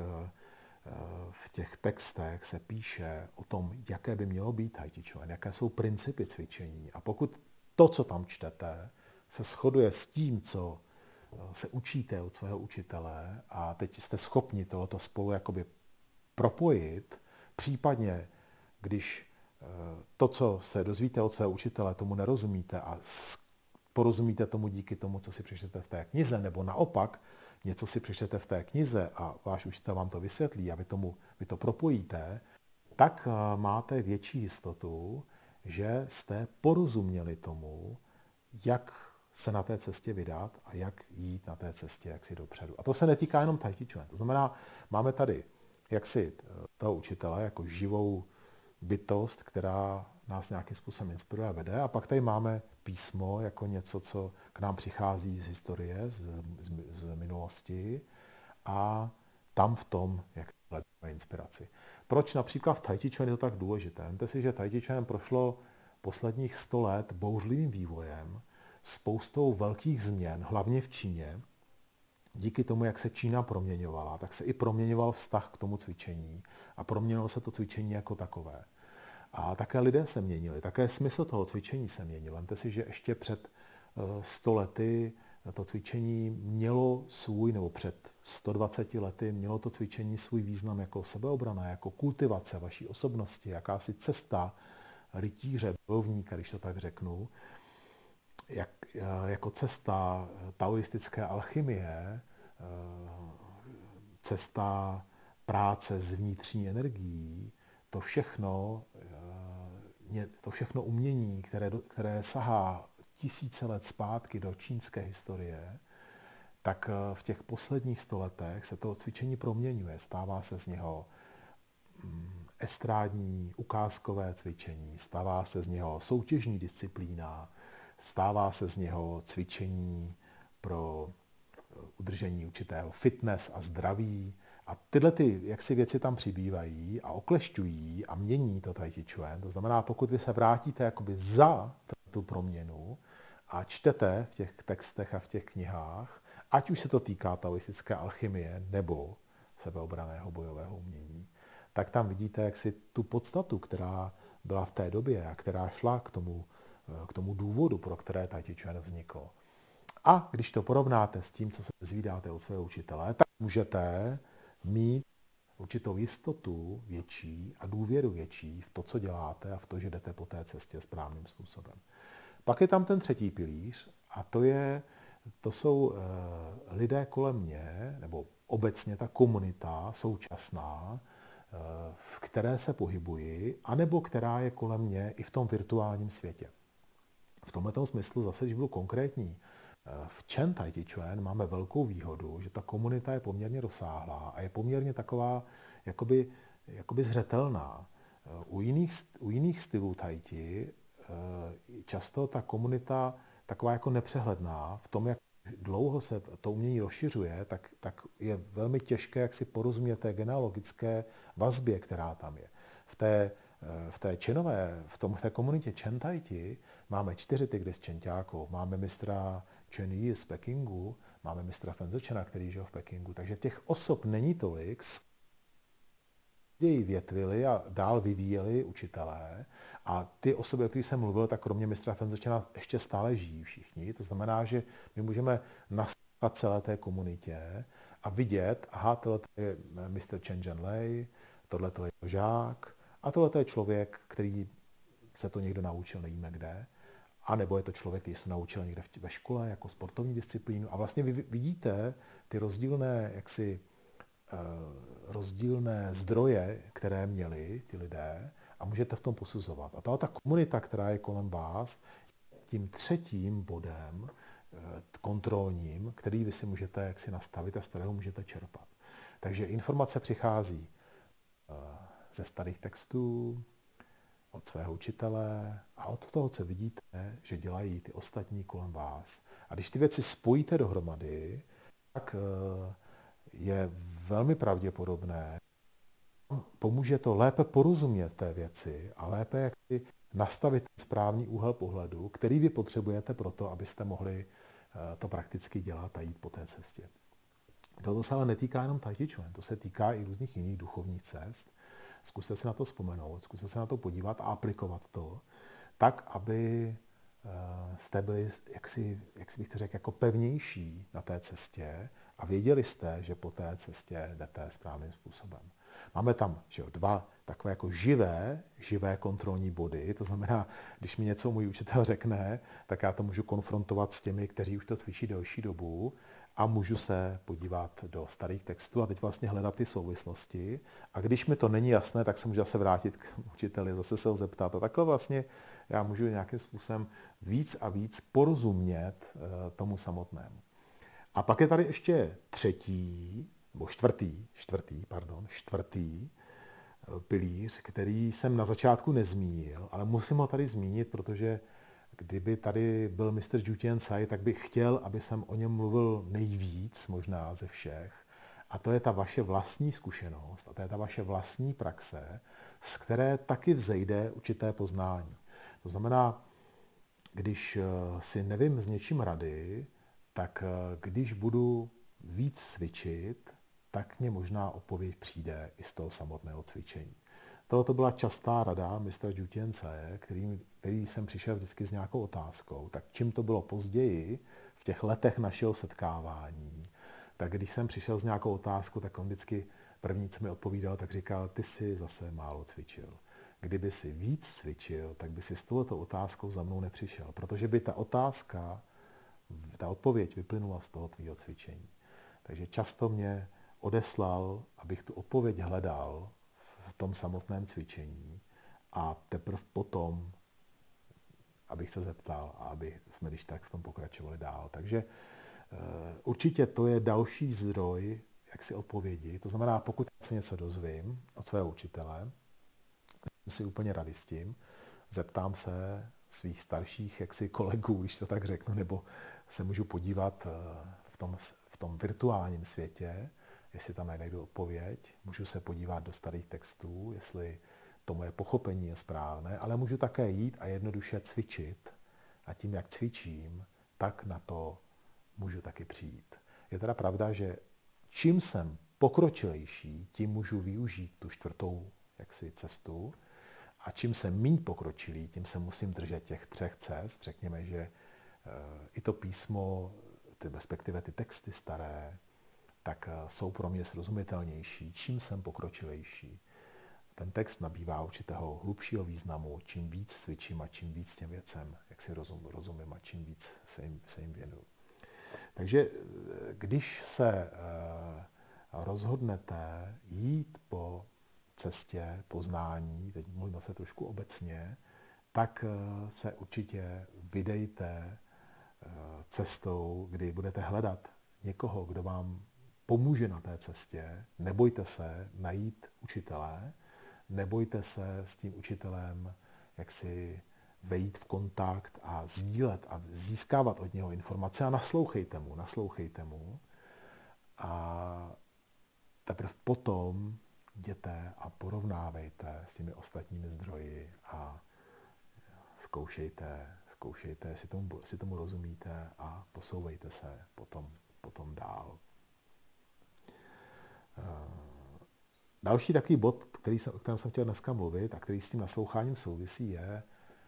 Speaker 1: v těch textech se píše o tom, jaké by mělo být Tai Chi Chuan, jaké jsou principy cvičení. A pokud to, co tam čtete, se shoduje s tím, co se učíte od svého učitele a teď jste schopni tohoto spolu jakoby propojit, případně když to, co se dozvíte od svého učitele, tomu nerozumíte a porozumíte tomu díky tomu, co si přečtete v té knize, nebo naopak něco si přečtete v té knize a váš učitel vám to vysvětlí a vy, tomu, vy to propojíte, tak máte větší jistotu, že jste porozuměli tomu, jak se na té cestě vydat a jak jít na té cestě jaksi dopředu. A to se netýká jenom Tai Chi Chuan. To znamená, máme tady jaksi toho učitele jako živou bytost, která nás nějakým způsobem inspiruje a vede. A pak tady máme písmo jako něco, co k nám přichází z historie, z, z, z minulosti a tam v tom, jak hledáme inspiraci. Proč například v Tai Chi Chuan je to tak důležité? Víte si, že Tai Chi Chuan prošlo posledních sto let bouřlivým vývojem, spoustou velkých změn, hlavně v Číně. Díky tomu, jak se Čína proměňovala, tak se i proměňoval vztah k tomu cvičení a proměnilo se to cvičení jako takové. A také lidé se měnili, také smysl toho cvičení se měnil. Vemte si, že ještě před sto lety to cvičení mělo svůj, nebo před sto dvaceti lety mělo to cvičení svůj význam jako sebeobrana, jako kultivace vaší osobnosti, jakási cesta rytíře, bojovníka, když to tak řeknu, jak, jako cesta taoistické alchymie, cesta práce s vnitřní energií, to všechno, to všechno umění, které, které sahá tisíce let zpátky do čínské historie, tak v těch posledních sto letech se to cvičení proměňuje. Stává se z něho estrádní, ukázkové cvičení, stává se z něho soutěžní disciplína, stává se z něho cvičení pro udržení určitého fitness a zdraví. A tyhle ty, jak si věci tam přibývají a oklešťují a mění to Tai Chi Chuan. To znamená, pokud vy se vrátíte jakoby za tu proměnu a čtete v těch textech a v těch knihách, ať už se to týká taoistické alchymie nebo sebeobranného bojového umění, tak tam vidíte, jak si tu podstatu, která byla v té době a která šla k tomu, k tomu důvodu, pro které Tai Chi Chuan vzniklo. A když to porovnáte s tím, co se dozvídáte od svého učitele, tak můžete mít určitou jistotu větší a důvěru větší v to, co děláte a v to, že jdete po té cestě správným způsobem. Pak je tam ten třetí pilíř a to, je, to jsou uh, lidé kolem mě, nebo obecně ta komunita současná, uh, v které se pohybuji, anebo která je kolem mě i v tom virtuálním světě. V tomto smyslu zase, když budu konkrétní, v Chen Tai Chi Chuan máme velkou výhodu, že ta komunita je poměrně rozsáhlá a je poměrně taková jakoby, jakoby zřetelná. U jiných, u jiných stylů Tai Chi často ta komunita taková jako nepřehledná v tom, jak dlouho se to umění rozšiřuje, tak, tak je velmi těžké, jak si porozumět té genealogické vazbě, která tam je. V té V té čenové, v, tom, v té komunitě Chen Tai Chi máme čtyři tygry z Čenťákov, máme mistra Chen Yi z Pekingu, máme mistra Fenzečena, který žil v Pekingu, takže těch osob není tolik, ji větvili a dál vyvíjeli učitelé a ty osoby, o kterých jsem mluvil, tak kromě mistra Fenzečena ještě stále žijí všichni, to znamená, že my můžeme naslouchat celé té komunitě a vidět, aha, tohle je mistr Chen Zhenlei, tohle je žák, a tohle je člověk, který se to někdo naučil, nevíme kde, a nebo je to člověk, který se to naučil někde ve škole jako sportovní disciplínu. A vlastně vy vidíte ty rozdílné, jaksi, rozdílné zdroje, které měli ty lidé a můžete v tom posuzovat. A tahle ta komunita, která je kolem vás, tím třetím bodem kontrolním, který vy si můžete jaksi nastavit a z kterého můžete čerpat. Takže informace přichází ze starých textů, od svého učitele a od toho, co vidíte, že dělají ty ostatní kolem vás. A když ty věci spojíte dohromady, tak je velmi pravděpodobné, pomůže to lépe porozumět té věci a lépe jak si nastavit správný úhel pohledu, který vy potřebujete pro to, abyste mohli to prakticky dělat a jít po té cestě. Toto se ale netýká jenom Tai Chi Chuan, to se týká i různých jiných duchovních cest. Zkuste se na to vzpomenout, zkuste se na to podívat a aplikovat to, tak, aby jste byli, jak si, jak si bych to řekl, jako pevnější na té cestě a věděli jste, že po té cestě jdete správným způsobem. Máme tam že jo, dva takové jako živé, živé kontrolní body, to znamená, když mi něco můj učitel řekne, tak já to můžu konfrontovat s těmi, kteří už to cvičí delší dobu a můžu se podívat do starých textů a teď vlastně hledat ty souvislosti. A když mi to není jasné, tak se můžu zase vrátit k učiteli, zase se ho zeptat. A takhle vlastně já můžu nějakým způsobem víc a víc porozumět tomu samotnému. A pak je tady ještě třetí, nebo čtvrtý, čtvrtý, pardon, čtvrtý pilíř, který jsem na začátku nezmínil, ale musím ho tady zmínit, protože kdyby tady byl mistr Zhu Tiancai, tak bych chtěl, aby jsem o něm mluvil nejvíc, možná ze všech. A to je ta vaše vlastní zkušenost a to je ta vaše vlastní praxe, z které taky vzejde určité poznání. To znamená, když si nevím s něčím rady, tak když budu víc cvičit, tak mě možná odpověď přijde i z toho samotného cvičení. Tohle to byla častá rada mistra Zhu Tiancai, který, který jsem přišel vždycky s nějakou otázkou. Tak čím to bylo později, v těch letech našeho setkávání, tak když jsem přišel s nějakou otázkou, tak on vždycky první, co mi odpovídal, tak říkal, ty jsi zase málo cvičil. Kdyby si víc cvičil, tak by si s touto otázkou za mnou nepřišel, protože by ta otázka, ta odpověď vyplynula z toho tvýho cvičení. Takže často mě odeslal, abych tu odpověď hledal v tom samotném cvičení a teprve potom, abych se zeptal a aby jsme když tak v tom pokračovali dál. Takže uh, určitě to je další zdroj, jak si odpovědi. To znamená, pokud se něco dozvím od svého učitele, jsem si úplně rady s tím, zeptám se svých starších jaksi kolegů, když to tak řeknu, nebo se můžu podívat v tom, v tom virtuálním světě, jestli tam najdu odpověď, můžu se podívat do starých textů, jestli to moje pochopení je správné, ale můžu také jít a jednoduše cvičit a tím, jak cvičím, tak na to můžu taky přijít. Je teda pravda, že čím jsem pokročilejší, tím můžu využít tu čtvrtou jaksi cestu. A čím jsem míň pokročilý, tím se musím držet těch třech cest. Řekněme, že i to písmo, ty, respektive ty texty staré, tak jsou pro mě srozumitelnější. Čím jsem pokročilejší, ten text nabývá určitého hlubšího významu, čím víc cvičím a čím víc těm věcem, jak si rozum, rozumím a čím víc se jim, se jim věnuju. Takže když se rozhodnete jít po cestě poznání, teď mluvím se trošku obecně, tak se určitě vydejte cestou, kdy budete hledat někoho, kdo vám pomůže na té cestě. Nebojte se najít učitele, nebojte se s tím učitelem jaksi vejít v kontakt a sdílet a získávat od něho informace a naslouchejte mu, naslouchejte mu. A teprve potom jděte a porovnávejte s těmi ostatními zdroji a zkoušejte, zkoušejte, jestli tomu, jestli tomu rozumíte a posouvejte se potom, potom dál. Další takový bod, který jsem, o kterém jsem chtěl dneska mluvit a který s tím nasloucháním souvisí, je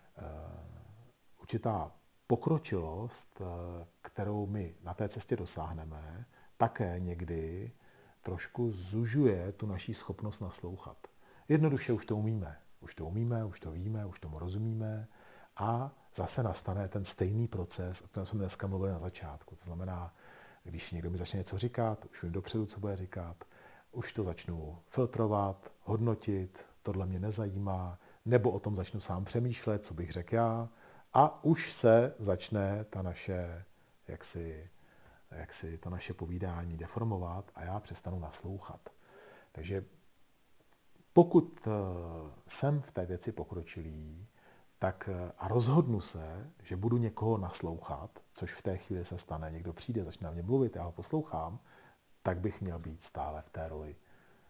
Speaker 1: určitá pokročilost, kterou my na té cestě dosáhneme, také někdy trošku zužuje tu naší schopnost naslouchat. Jednoduše už to umíme. Už to umíme, už to víme, už tomu rozumíme a zase nastane ten stejný proces, o kterém jsme dneska mluvili na začátku. To znamená, když někdo mi začne něco říkat, už vím dopředu, co bude říkat, už to začnu filtrovat, hodnotit, tohle mě nezajímá, nebo o tom začnu sám přemýšlet, co bych řekl já, a už se začne ta naše, jaksi, jaksi to naše povídání deformovat a já přestanu naslouchat. Takže pokud jsem v té věci pokročilý, tak a rozhodnu se, že budu někoho naslouchat, což v té chvíli se stane, někdo přijde, začne na mě mluvit, já ho poslouchám, tak bych měl být stále v té roli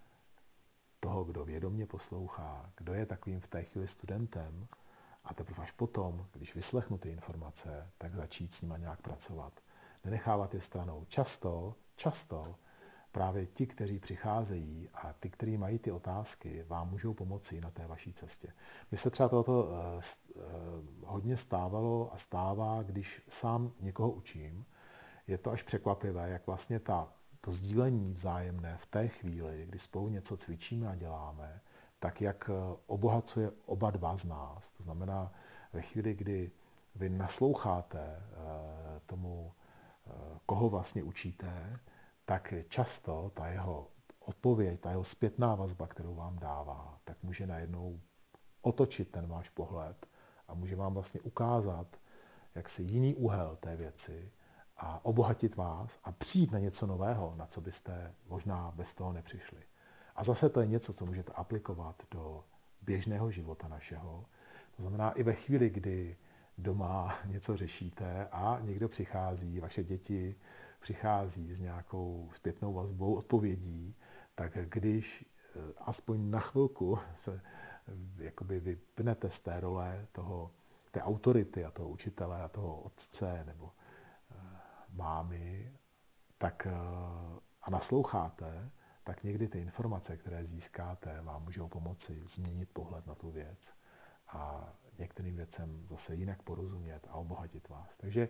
Speaker 1: toho, kdo vědomě poslouchá, kdo je takovým v té chvíli studentem a teprve až potom, když vyslechnu ty informace, tak začít s nima nějak pracovat. Nenechávat je stranou. Často, často právě ti, kteří přicházejí a ty, kteří mají ty otázky, vám můžou pomoci na té vaší cestě. Mně se třeba tohoto uh, uh, hodně stávalo a stává, když sám někoho učím. Je to až překvapivé, jak vlastně ta, to sdílení vzájemné v té chvíli, kdy spolu něco cvičíme a děláme, tak jak obohacuje oba dva z nás. To znamená, ve chvíli, kdy vy nasloucháte uh, tomu, uh, koho vlastně učíte, tak často ta jeho odpověď, ta jeho zpětná vazba, kterou vám dává, tak může najednou otočit ten váš pohled a může vám vlastně ukázat jaksi jiný úhel té věci a obohatit vás a přijít na něco nového, na co byste možná bez toho nepřišli. A zase to je něco, co můžete aplikovat do běžného života našeho. To znamená i ve chvíli, kdy doma něco řešíte a někdo přichází, vaše děti přichází s nějakou zpětnou vazbou, odpovědí, tak když aspoň na chvilku se jakoby vypnete z té role toho, té autority a toho učitele a toho otce nebo mámy, tak a nasloucháte, tak někdy ty informace, které získáte, vám můžou pomoci změnit pohled na tu věc a některým věcem zase jinak porozumět a obohatit vás. Takže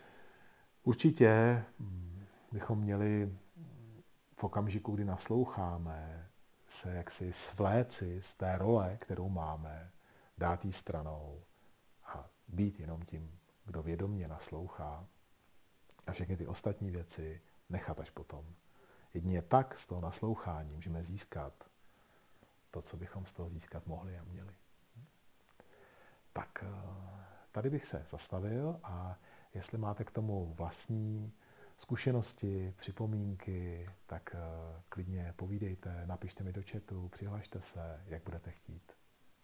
Speaker 1: určitě bychom měli v okamžiku, kdy nasloucháme, se jaksi svléci z té role, kterou máme, dát jí stranou a být jenom tím, kdo vědomě naslouchá a všechny ty ostatní věci nechat až potom. Jedině tak z toho naslouchání můžeme získat to, co bychom z toho získat mohli a měli. Tak tady bych se zastavil a jestli máte k tomu vlastní zkušenosti, připomínky, tak klidně povídejte, napište mi do chatu, přihlašte se, jak budete chtít.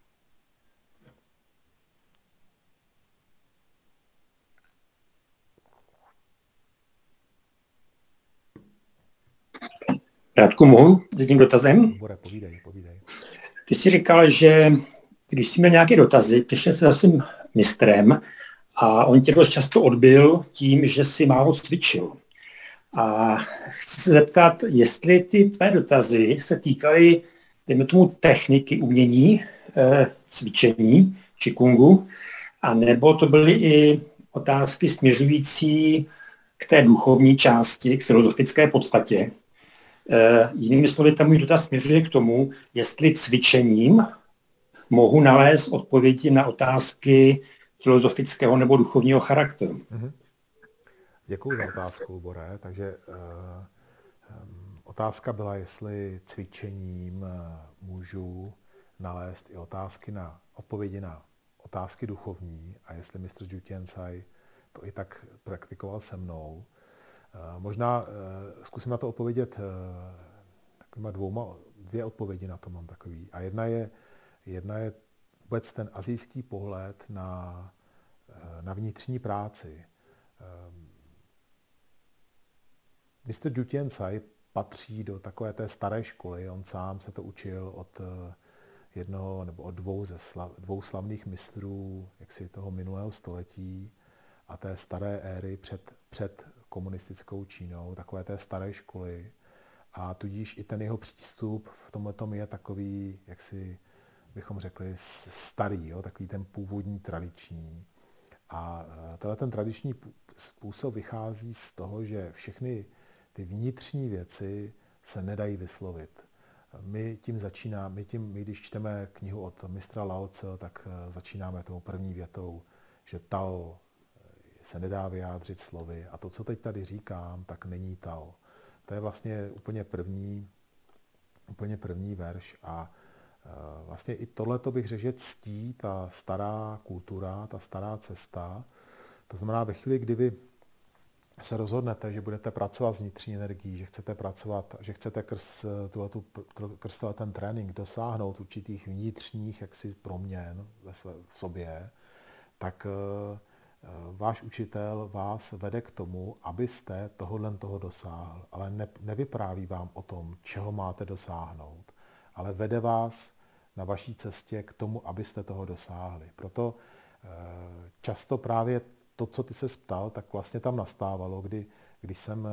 Speaker 2: Radku, mohu s tím dotazem?
Speaker 1: Bore, povídej, povídej.
Speaker 2: Ty jsi říkal, že když jsi měl nějaké dotazy, přišel jsi za svým mistrem a on tě dost často odbil tím, že si málo cvičil. A chci se zeptat, jestli ty tvé dotazy se týkaly, dejme tomu, techniky umění, e, cvičení, čikungu, a nebo to byly i otázky směřující k té duchovní části, k filozofické podstatě. E, jinými slovy, ten můj dotaz směřuje k tomu, jestli cvičením mohu nalézt odpovědi na otázky filozofického nebo duchovního charakteru.
Speaker 1: Mm-hmm. Děkuji za otázku, Bore. Takže uh, um, otázka byla, jestli cvičením uh, můžu nalézt i otázky na odpovědi na otázky duchovní a jestli mistr Jutiansai to i tak praktikoval se mnou. Uh, možná uh, zkusím na to odpovědět uh, takovýma dvouma, dvě odpovědi na to mám takový. A jedna je, jedna je vůbec ten asijský pohled na, uh, na vnitřní práci. Um, mistr Jutiansai patří do takové té staré školy. On sám se to učil od jednoho nebo od dvou ze slav, dvou slavných mistrů jaksi toho minulého století a té staré éry před, před komunistickou Čínou, takové té staré školy. A tudíž i ten jeho přístup v tomhletom je takový, jak si bychom řekli, starý, jo? Takový ten původní, tradiční. A tenhle ten tradiční způsob vychází z toho, že všechny ty vnitřní věci se nedají vyslovit. My tím začínáme, my, tím, my když čteme knihu od mistra Lao Tse, tak začínáme tou první větou, že Tao se nedá vyjádřit slovy. A to, co teď tady říkám, tak není Tao. To je vlastně úplně první, úplně první verš. A vlastně i tohleto bych řekl, že ctí ta stará kultura, ta stará cesta. To znamená, ve chvíli, kdy vy se rozhodnete, že budete pracovat s vnitřní energií, že chcete pracovat, že chcete krz, tuhletu, krz ten trénink dosáhnout určitých vnitřních jaksi proměn ve své, v sobě, tak uh, váš učitel vás vede k tomu, abyste tohodle toho dosáhl. Ale ne, nevypráví vám o tom, čeho máte dosáhnout, ale vede vás na vaší cestě k tomu, abyste toho dosáhli. Proto uh, často právě to, co ty se ptal, tak vlastně tam nastávalo, kdy, když jsem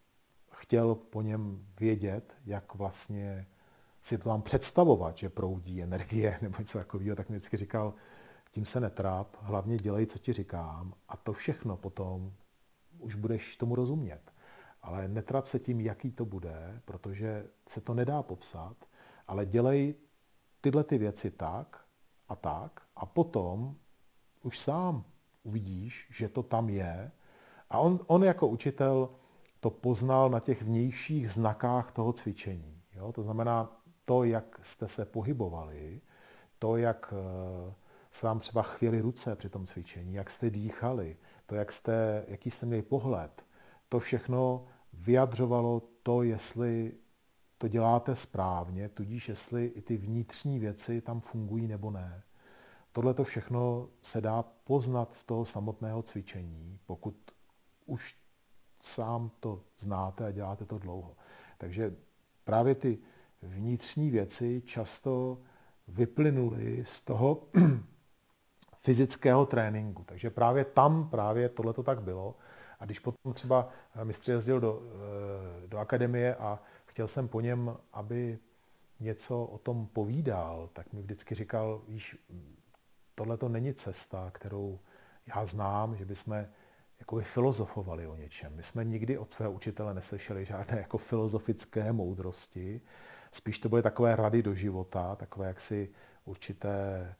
Speaker 1: chtěl po něm vědět, jak vlastně si to mám představovat, že proudí energie nebo něco takového, tak mi vždycky říkal, tím se netráp, hlavně dělej, co ti říkám a to všechno potom už budeš tomu rozumět. Ale netráp se tím, jaký to bude, protože se to nedá popsat, ale dělej tyhle ty věci tak a tak a potom už sám uvidíš, že to tam je. A on, on jako učitel to poznal na těch vnějších znakách toho cvičení. Jo? To znamená to, jak jste se pohybovali, to, jak se vám třeba chvěly ruce při tom cvičení, jak jste dýchali, to, jak jste, jaký jste měli pohled. To všechno vyjadřovalo to, jestli to děláte správně, tudíž jestli i ty vnitřní věci tam fungují nebo ne. Tohle to všechno se dá poznat z toho samotného cvičení, pokud už sám to znáte a děláte to dlouho. Takže právě ty vnitřní věci často vyplynuly z toho fyzického tréninku. Takže právě tam právě tohle to tak bylo. A když potom třeba mistr jezdil do, do akademie a chtěl jsem po něm, aby něco o tom povídal, tak mi vždycky říkal, víš, tohle to není cesta, kterou já znám, že bychom jakoby filozofovali o něčem. My jsme nikdy od svého učitele neslyšeli žádné jako filozofické moudrosti. Spíš to byly takové rady do života, takové jaksi určité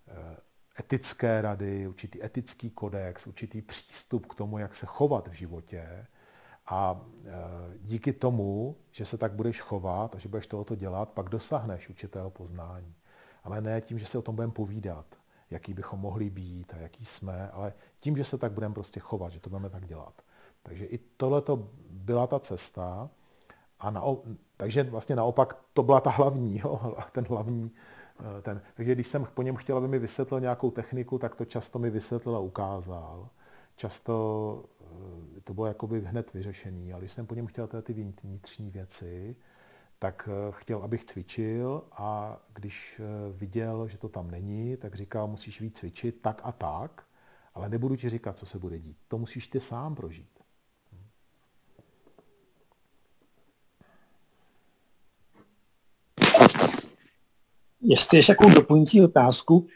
Speaker 1: etické rady, určitý etický kodex, určitý přístup k tomu, jak se chovat v životě. A díky tomu, že se tak budeš chovat a že budeš tohoto dělat, pak dosáhneš určitého poznání. Ale ne tím, že se o tom budeme povídat, jaký bychom mohli být a jaký jsme, ale tím, že se tak budeme prostě chovat, že to budeme tak dělat. Takže i tohle to byla ta cesta. A nao, takže vlastně naopak to byla ta hlavní, jo, ten hlavní. Ten. Takže když jsem po něm chtěl, aby mi vysvětlil nějakou techniku, tak to často mi vysvětlil a ukázal. Často to bylo jakoby hned vyřešený, ale když jsem po něm chtěl ty vnitřní věci, tak chtěl, abych cvičil a když viděl, že to tam není, tak říkal, musíš víc cvičit tak a tak, ale nebudu ti říkat, co se bude dít. To musíš ty sám prožít.
Speaker 2: jestli ještě takovou doplňující otázku,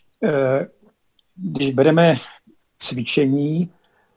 Speaker 2: když bereme cvičení,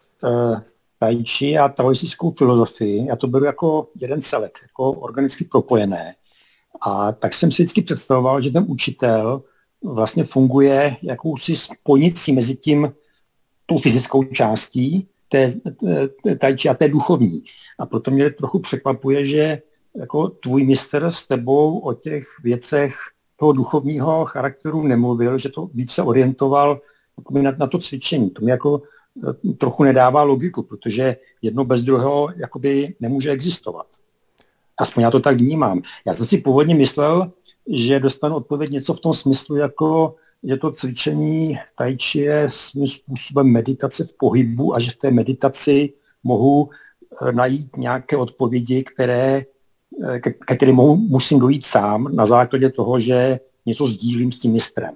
Speaker 2: tai chi a taoistickou filozofii, já to beru jako jeden celek, jako organicky propojené. A tak jsem si vždycky představoval, že ten učitel vlastně funguje jakousi spojnicí mezi tím, tou fyzickou částí té, té tai chi a té duchovní. A proto mě trochu překvapuje, že jako tvůj mistr s tebou o těch věcech toho duchovního charakteru nemluvil, že to více orientoval na, na to cvičení. To mi jako trochu nedává logiku, protože jedno bez druhého jakoby nemůže existovat. Aspoň já to tak vnímám. Já jsem si původně myslel, že dostanu odpověď něco v tom smyslu, jako že to cvičení tai chi je svým způsobem meditace v pohybu a že v té meditaci mohu najít nějaké odpovědi, které, ke, ke kterým musím dojít sám na základě toho, že něco sdílím s tím mistrem.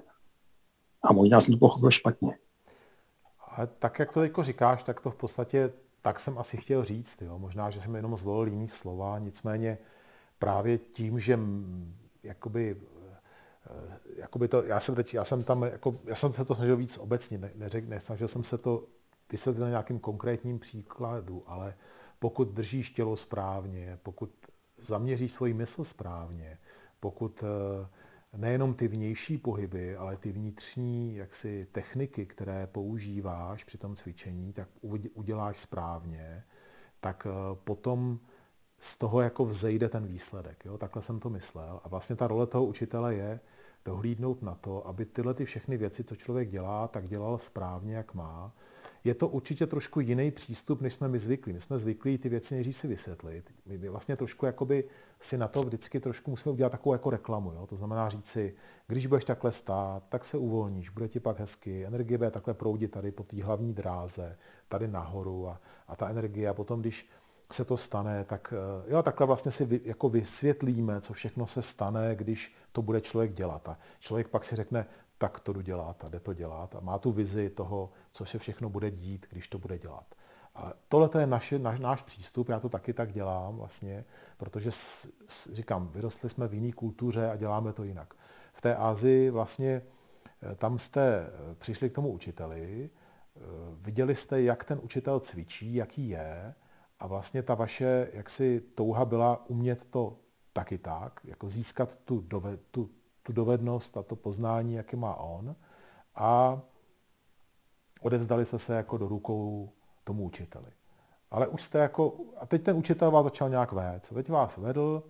Speaker 2: A možná jsem to pochopil špatně.
Speaker 1: Ale tak, jak to teďko říkáš, tak to v podstatě, tak jsem asi chtěl říct. Jo. Možná, že jsem jenom zvolil jiný slova, nicméně právě tím, že jakoby, jakoby to, já jsem teď, já jsem tam, jako, já jsem se to snažil víc obecně, ne, neřek, nesnažil jsem se to vysvětlit na nějakým konkrétním příkladu, ale pokud držíš tělo správně, pokud zaměříš svoji mysl správně, pokud nejenom ty vnější pohyby, ale ty vnitřní jaksi techniky, které používáš při tom cvičení, tak uděláš správně, tak potom z toho jako vzejde ten výsledek. Jo? Takhle jsem to myslel. A vlastně ta role toho učitele je dohlídnout na to, aby tyhle ty všechny věci, co člověk dělá, tak dělal správně, jak má. Je to určitě trošku jiný přístup, než jsme my zvyklí. My jsme zvyklí ty věci nejdřív si vysvětlit. My vlastně trošku jakoby si na to vždycky trošku musíme udělat takovou jako reklamu. Jo? To znamená říct si, když budeš takhle stát, tak se uvolníš, bude ti pak hezky, energie bude takhle proudit tady po té hlavní dráze, tady nahoru a, a ta energie. A potom, když se to stane, tak jo, takhle vlastně si vy, jako vysvětlíme, co všechno se stane, když to bude člověk dělat. A člověk pak si řekne, tak to jdu dělat a jde to dělat a má tu vizi toho, co se všechno bude dít, když to bude dělat. Ale tohle je naše, naš, náš přístup, já to taky tak dělám vlastně, protože s, s, říkám, vyrostli jsme v jiné kultuře a děláme to jinak. V té Asii vlastně tam jste přišli k tomu učiteli, viděli jste, jak ten učitel cvičí, jaký je, a vlastně ta vaše jaksi touha byla umět to taky tak, jako získat tu, doved, tu, tu dovednost a to poznání, jaký má on, a odevzdali jste se jako do rukou tomu učiteli. Ale už jste jako, a teď ten učitel vás začal nějak vést, a teď vás vedl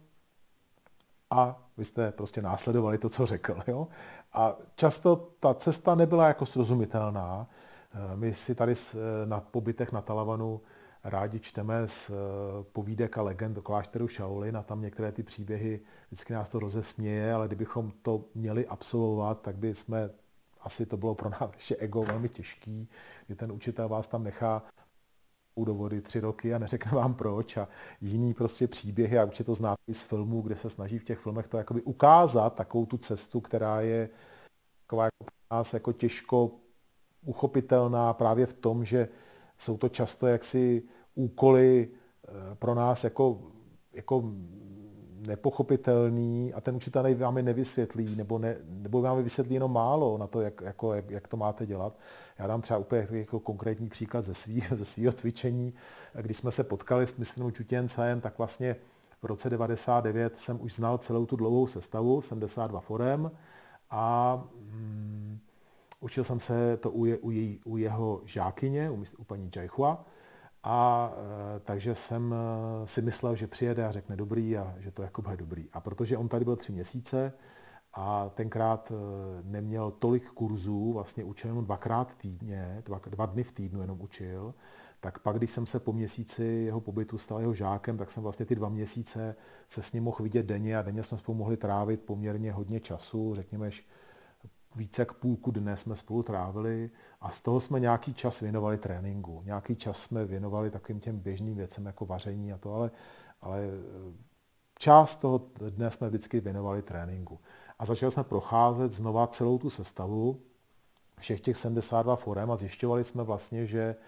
Speaker 1: a vy jste prostě následovali to, co řekl. Jo? A často ta cesta nebyla jako srozumitelná. My si tady na pobytech na Talavanu rádi čteme z povídek a legend o klášteru Shaolin a tam některé ty příběhy, vždycky nás to rozesměje, ale kdybychom to měli absolvovat, tak by jsme, asi to bylo pro naše ego velmi těžký, kdy ten učitel vás tam nechá do vody tři roky a neřekne vám proč a jiný prostě příběhy, a určitě to znáte i z filmů, kde se snaží v těch filmech to jakoby ukázat, takovou tu cestu, která je taková jako pro nás jako těžko uchopitelná právě v tom, že jsou to často jaksi úkoly pro nás jako, jako nepochopitelný a ten učitel vám je nevysvětlí, nebo, ne, nebo vám je vysvětlí jenom málo na to, jak, jako, jak, jak to máte dělat. Já dám třeba úplně jako konkrétní příklad ze svého ze svýho cvičení. Když jsme se potkali s mistrem Čutěncem, tak vlastně v roce devadesát devět jsem už znal celou tu dlouhou sestavu, sedmdesát dva forem, a mm, učil jsem se to u, je, u, jej, u jeho žákyně, u, u paní Jaichua, a e, takže jsem si myslel, že přijede a řekne dobrý a že to jako bude dobrý. A protože on tady byl tři měsíce a tenkrát e, neměl tolik kurzů, vlastně učil jenom dvakrát týdně, dva, dva dny v týdnu jenom učil, tak pak, když jsem se po měsíci jeho pobytu stal jeho žákem, tak jsem vlastně ty dva měsíce se s ním mohl vidět denně a denně jsme spolu mohli trávit poměrně hodně času, řekněme, více jak půlku dne jsme spolu trávili a z toho jsme nějaký čas věnovali tréninku. Nějaký čas jsme věnovali takovým těm běžným věcem jako vaření a to, ale, ale část toho dne jsme vždycky věnovali tréninku. A začali jsme procházet znova celou tu sestavu všech těch sedmdesát dva forem a zjišťovali jsme vlastně, že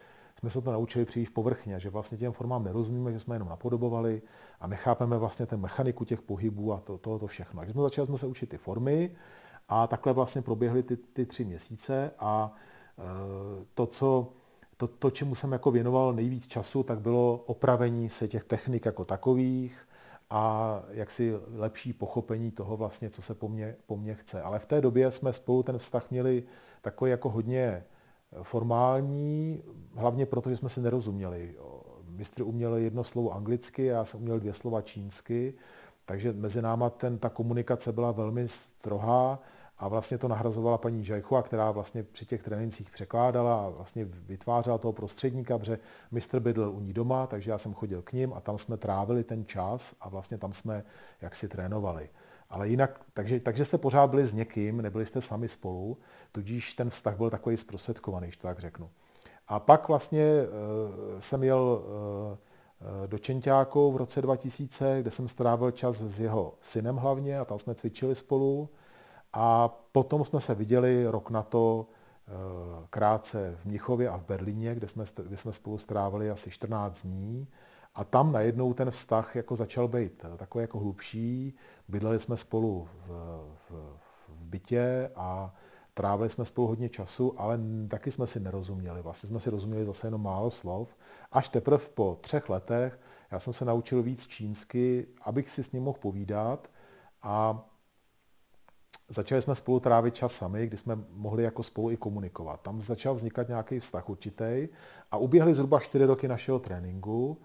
Speaker 1: jsme se to naučili příliš povrchně, že vlastně těm formám nerozumíme, že jsme jenom napodobovali a nechápeme vlastně ten mechaniku těch pohybů a to, to, to všechno. Takže jsme začali jsme se učit ty formy a takhle vlastně proběhly ty, ty tři měsíce a e, to, co, to, to, čemu jsem jako věnoval nejvíc času, tak bylo opravení se těch technik jako takových a jaksi lepší pochopení toho vlastně, co se po mně, po mně chce. Ale v té době jsme spolu ten vztah měli takový jako hodně formální, hlavně proto, že jsme si nerozuměli. Mistr uměl jedno slovo anglicky, já jsem uměl dvě slova čínsky, takže mezi náma ten, ta komunikace byla velmi strohá a vlastně to nahrazovala paní Žajchova, která vlastně při těch trénincích překládala a vlastně vytvářela toho prostředníka, protože mistr bydlel u ní doma, takže já jsem chodil k ním a tam jsme trávili ten čas a vlastně tam jsme jaksi trénovali. Ale jinak, takže, takže jste pořád byli s někým, nebyli jste sami spolu, tudíž ten vztah byl takový zprostředkovaný, když to tak řeknu. A pak vlastně uh, jsem jel uh, do Čenťáku v roce dva tisíce, kde jsem strávil čas s jeho synem hlavně a tam jsme cvičili spolu. A potom jsme se viděli rok na to uh, krátce v Mnichově a v Berlíně, kde jsme, kde jsme spolu strávili asi čtrnáct dní. A tam najednou ten vztah jako začal být takový jako hlubší. Bydleli jsme spolu v, v, v bytě a trávili jsme spolu hodně času, ale taky jsme si nerozuměli. Vlastně jsme si rozuměli zase jenom málo slov. Až teprve po třech letech já jsem se naučil víc čínsky, abych si s ním mohl povídat a začali jsme spolu trávit čas sami, kdy jsme mohli jako spolu i komunikovat. Tam začal vznikat nějaký vztah určitý a uběhly zhruba čtyři roky našeho tréninku.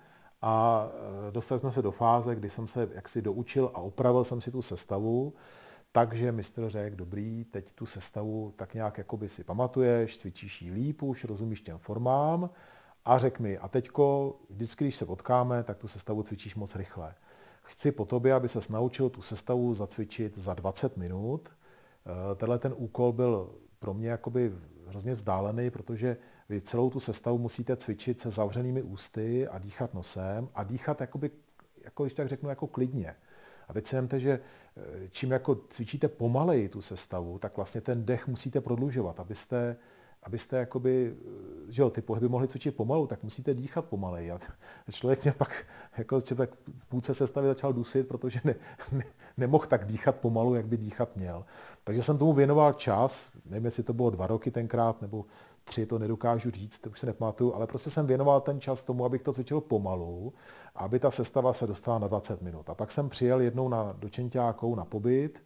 Speaker 1: A dostali jsme se do fáze, kdy jsem se jaksi doučil a opravil jsem si tu sestavu, takže mistr řekl, dobrý, teď tu sestavu tak nějak jakoby si pamatuješ, cvičíš jí líp už, rozumíš těm formám a řekl mi, a teďko, vždycky, když se potkáme, tak tu sestavu cvičíš moc rychle. Chci po tobě, aby ses naučil tu sestavu zacvičit za dvacet minut. Tenhle ten úkol byl pro mě jakoby hrozně vzdálený, protože vy celou tu sestavu musíte cvičit se zavřenými ústy a dýchat nosem a dýchat jakoby, jako když tak řeknu, jako klidně. A teď si vemte, že čím jako cvičíte pomaleji tu sestavu, tak vlastně ten dech musíte prodlužovat, abyste, abyste jakoby, že jo, ty pohyby mohly cvičit pomalu, tak musíte dýchat pomaleji. A člověk mě pak, jako člověk v půlce sestavy začal dusit, protože ne, ne, nemohl tak dýchat pomalu, jak by dýchat měl. Takže jsem tomu věnoval čas, nevím, jestli to bylo dva roky tenkrát, nebo tři, to nedokážu říct, to už se nepamatuju, ale prostě jsem věnoval ten čas tomu, abych to cvičil pomalu, aby ta sestava se dostala na dvacet minut. A pak jsem přijel jednou na, do Čenťáku na pobyt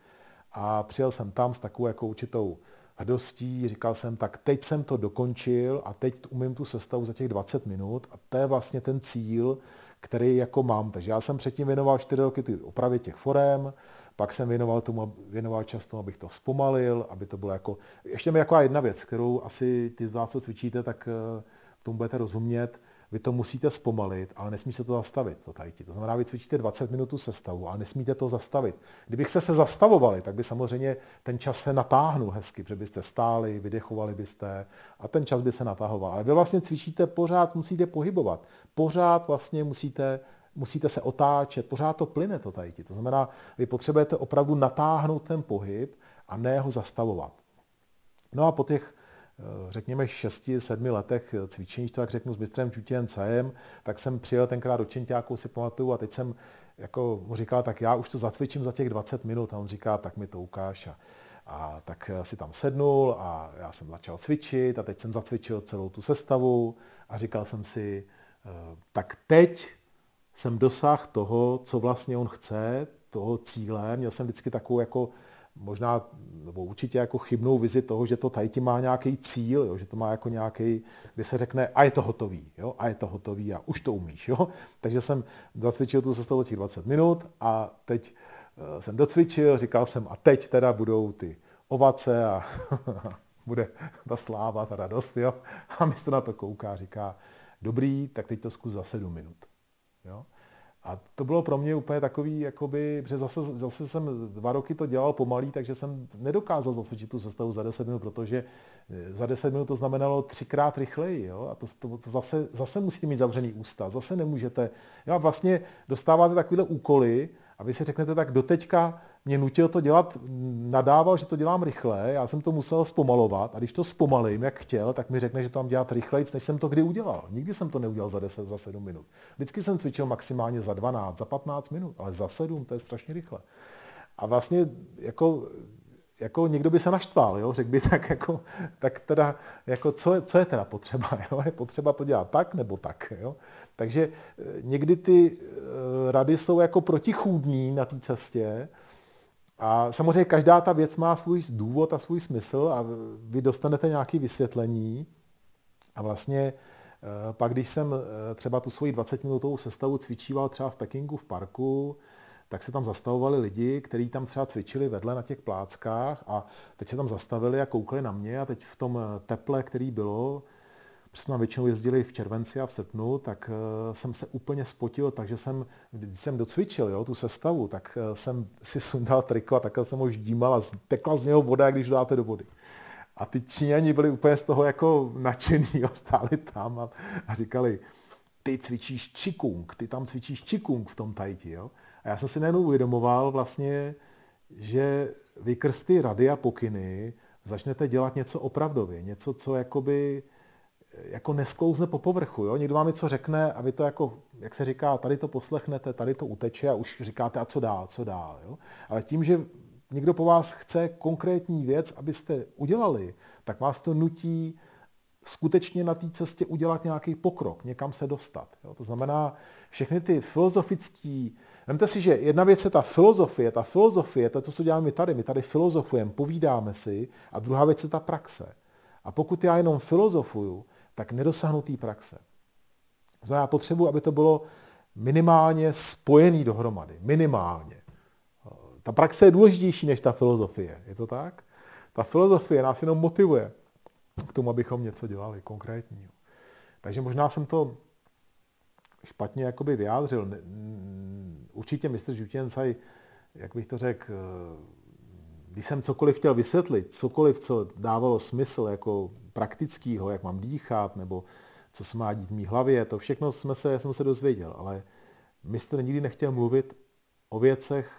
Speaker 1: a přijel jsem tam s takovou jako určitou hrdostí, říkal jsem, tak teď jsem to dokončil a teď umím tu sestavu za těch dvacet minut a to je vlastně ten cíl, který jako mám. Takže já jsem předtím věnoval čtyři roky ty opravě těch forem, pak jsem věnoval tomu, věnoval čas tomu, abych to zpomalil, aby to bylo jako... Ještě mi jako jedna věc, kterou asi ty z vás, co cvičíte, tak tomu budete rozumět. Vy to musíte zpomalit, ale nesmí se to zastavit, to tajti. To znamená, vy cvičíte dvacet minut sestavu, ale nesmíte to zastavit. Kdybych se se zastavovali, tak by samozřejmě ten čas se natáhnul hezky, protože byste stáli, vydechovali byste a ten čas by se natahoval. Ale vy vlastně cvičíte pořád, musíte pohybovat. Pořád vlastně musíte, musíte se otáčet, pořád to plyne to tajti. To znamená, vy potřebujete opravdu natáhnout ten pohyb a ne ho zastavovat. No a po těch řekněme šesti, sedmi letech cvičení, to jak řeknu s mistrem Čutěn Cajem, tak jsem přijel tenkrát do Čenťáku, si pamatuju, a teď jsem jako mu říkal, tak já už to zacvičím za těch dvacet minut a on říká, tak mi to ukáž. A, a tak si tam sednul a já jsem začal cvičit a teď jsem zacvičil celou tu sestavu a říkal jsem si, tak teď jsem dosáhl toho, co vlastně on chce, toho cíle. Měl jsem vždycky takovou jako možná, nebo určitě jako chybnou vizi toho, že to tajti má nějaký cíl, jo, že to má jako nějaký, kdy se řekne, a je to hotový, jo, a je to hotový a už to umíš, jo. Takže jsem zacvičil tu sestavu těch dvacet minut a teď uh, jsem docvičil, říkal jsem, a teď teda budou ty ovace a bude ta sláva, ta radost, jo. A mistr na to kouká a říká, dobrý, tak teď to zkus za sedm minut, jo. A to bylo pro mě úplně takový, jakoby, protože zase, zase jsem dva roky to dělal pomalý, takže jsem nedokázal zacvičit tu sestavu za deset minut, protože za deset minut to znamenalo třikrát rychleji. Jo? A to, to, to zase, zase musíte mít zavřený ústa, zase nemůžete. Jo? A vlastně dostáváte takovéhle úkoly a vy si řeknete, tak doteďka mě nutil to dělat, nadával, že to dělám rychle, já jsem to musel zpomalovat a když to zpomalím, jak chtěl, tak mi řekne, že to mám dělat rychleji, než jsem to kdy udělal. Nikdy jsem to neudělal za deset, za sedm minut. Vždycky jsem cvičil maximálně za dvanáct, za patnáct minut, ale za sedm to je strašně rychle. A vlastně jako, jako někdo by se naštval, jo? Řekl by tak, jako, tak teda, jako co, je, co je teda potřeba? Jo? Je potřeba to dělat tak nebo tak? Jo? Takže někdy ty rady jsou jako protichůdní na té cestě a samozřejmě každá ta věc má svůj důvod a svůj smysl a vy dostanete nějaké vysvětlení a vlastně pak, když jsem třeba tu svoji dvacetiminutovou sestavu cvičíval třeba v Pekingu v parku, tak se tam zastavovali lidi, kteří tam třeba cvičili vedle na těch pláckách a teď se tam zastavili a koukali na mě a teď v tom teple, který bylo, protože jsme většinou jezdili v červenci a v srpnu, tak jsem se úplně spotil, takže jsem, když jsem docvičil jo, tu sestavu, tak jsem si sundal triko a takhle jsem ho ždímal a tekla z něho voda, když ho dáte do vody. A ty Číňani byli úplně z toho jako nadšený, jo, stáli tam a, a říkali, ty cvičíš Qigong, ty tam cvičíš Qigong v tom tajti, jo. A já jsem si najednou uvědomoval vlastně, že vy krz ty rady a pokyny začnete dělat něco opravdově, něco, co jakoby jako nesklouzne po povrchu. Jo? Někdo vám něco řekne a vy to jako, jak se říká, tady to poslechnete, tady to uteče a už říkáte, a co dál, co dál. Jo? Ale tím, že někdo po vás chce konkrétní věc, abyste udělali, tak vás to nutí skutečně na té cestě udělat nějaký pokrok, někam se dostat. Jo? To znamená, všechny ty filozofické... Vemte si, že jedna věc je ta filozofie, ta filozofie, to je to, co děláme my tady, my tady filozofujeme, povídáme si, a druhá věc je ta praxe. A pokud já jenom filozofuju, tak nedosáhnu té praxe. To znamená, potřebuji, aby to bylo minimálně spojený dohromady. Minimálně. Ta praxe je důležitější než ta filozofie. Je to tak? Ta filozofie nás jenom motivuje k tomu, abychom něco dělali konkrétního. Takže možná jsem to špatně jakoby vyjádřil. Určitě mistr Žutěncaj, jak bych to řekl, když jsem cokoliv chtěl vysvětlit, cokoliv, co dávalo smysl jako praktického, jak mám dýchat, nebo co se má dít v mý hlavě, to všechno jsme se, jsem se dozvěděl. Ale mistr nikdy nechtěl mluvit o věcech,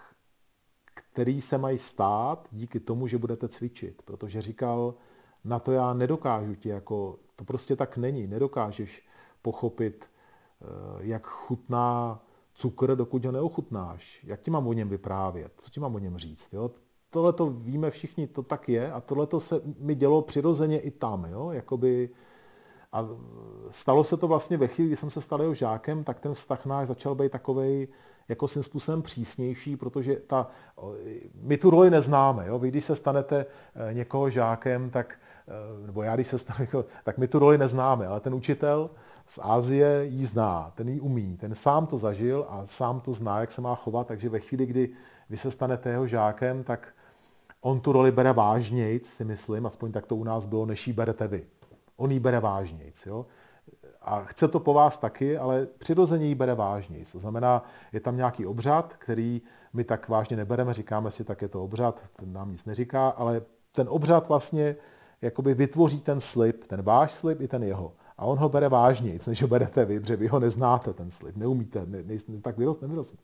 Speaker 1: které se mají stát díky tomu, že budete cvičit. Protože říkal, na to já nedokážu ti, jako, to prostě tak není. Nedokážeš pochopit, jak chutná cukr, dokud ho neochutnáš. Jak ti mám o něm vyprávět? Co ti mám o něm říct? Jo? Tohle to víme všichni, to tak je a tohle to se mi dělo přirozeně i tam. Jo? Jakoby, a stalo se to vlastně ve chvíli, kdy jsem se stal jeho žákem, tak ten vztah náš začal být takovej jako svým způsobem přísnější, protože ta, my tu roli neznáme. Jo? Vy, když se stanete někoho žákem, tak, nebo já, když se stanu, tak my tu roli neznáme, ale ten učitel z Asie ji zná, ten ji umí, ten sám to zažil a sám to zná, jak se má chovat, takže ve chvíli, kdy vy se stanete jeho žákem, tak on tu roli bere vážnějc, si myslím, aspoň tak to u nás bylo, než ji berete vy. On ji bere vážnějc, jo. A chce to po vás taky, ale přirozeně ji bere vážnějc. To znamená, je tam nějaký obřad, který my tak vážně nebereme, říkáme si, tak je to obřad, ten nám nic neříká, ale ten obřad vlastně jakoby vytvoří ten slib, ten váš slib i ten jeho. A on ho bere vážnějc, než ho berete vy, protože vy ho neznáte, ten slib, neumíte, ne, ne, tak vyrost, nevyrostne.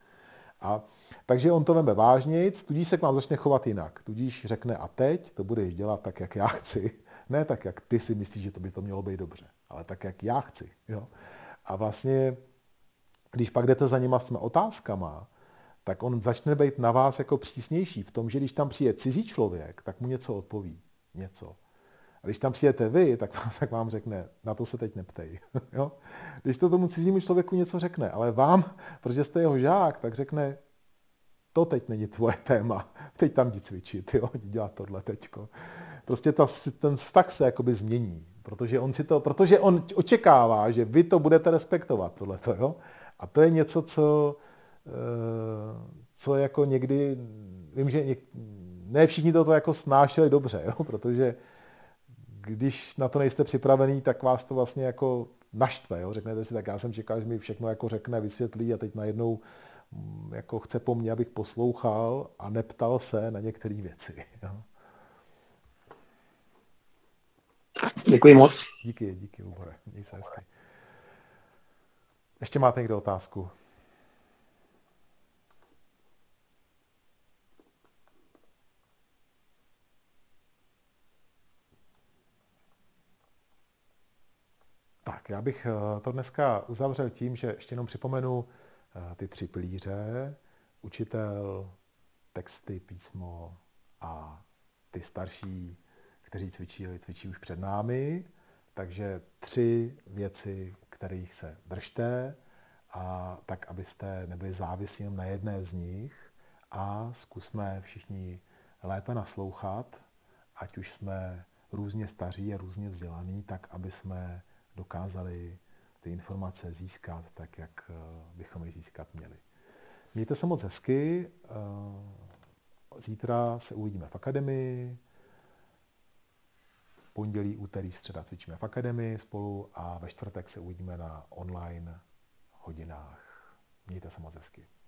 Speaker 1: A takže on to veme vážnějc, tudíž se k vám začne chovat jinak. Tudíž řekne, a teď to budeš dělat tak, jak já chci. Ne tak, jak ty si myslíš, že to by to mělo být dobře, ale tak, jak já chci. Jo? A vlastně, když pak jdete za nima s těma otázkama, tak on začne být na vás jako přísnější v tom, že když tam přijde cizí člověk, tak mu něco odpoví. Něco. A když tam přijete vy, tak vám, tak vám řekne, na to se teď neptej. Jo? Když to tomu cizímu člověku něco řekne, ale vám, protože jste jeho žák, tak řekne, to teď není tvoje téma, teď tam jdi cvičit, jo? Jdi dělat tohle teďko. Prostě ta, ten vztah se jakoby změní, protože on, si to, protože on očekává, že vy to budete respektovat, tohleto, jo? A to je něco, co, co jako někdy, vím, že něk, ne všichni toto jako snášeli dobře, jo? Protože když na to nejste připravený, tak vás to vlastně jako naštve. Jo? Řeknete si, tak já jsem čekal, že mi všechno jako řekne, vysvětlí a teď najednou jako chce po mně, abych poslouchal a neptal se na některé věci. Jo?
Speaker 2: Děkuji moc.
Speaker 1: Díky, díky, Lubore. Měj se hezky. Ještě máte někdo otázku? Tak já bych to dneska uzavřel tím, že ještě jenom připomenu ty tři pilíře. Učitel, texty, písmo a ty starší, kteří cvičili, cvičí už před námi. Takže tři věci, kterých se držte, a tak, abyste nebyli závislí na jedné z nich, a zkusme všichni lépe naslouchat, ať už jsme různě staří a různě vzdělaní, tak, aby jsme dokázali ty informace získat tak, jak bychom je získat měli. Mějte se moc hezky. Zítra se uvidíme v akademii. Pondělí, úterý, středa cvičíme v akademii spolu a ve čtvrtek se uvidíme na online hodinách. Mějte se moc hezky.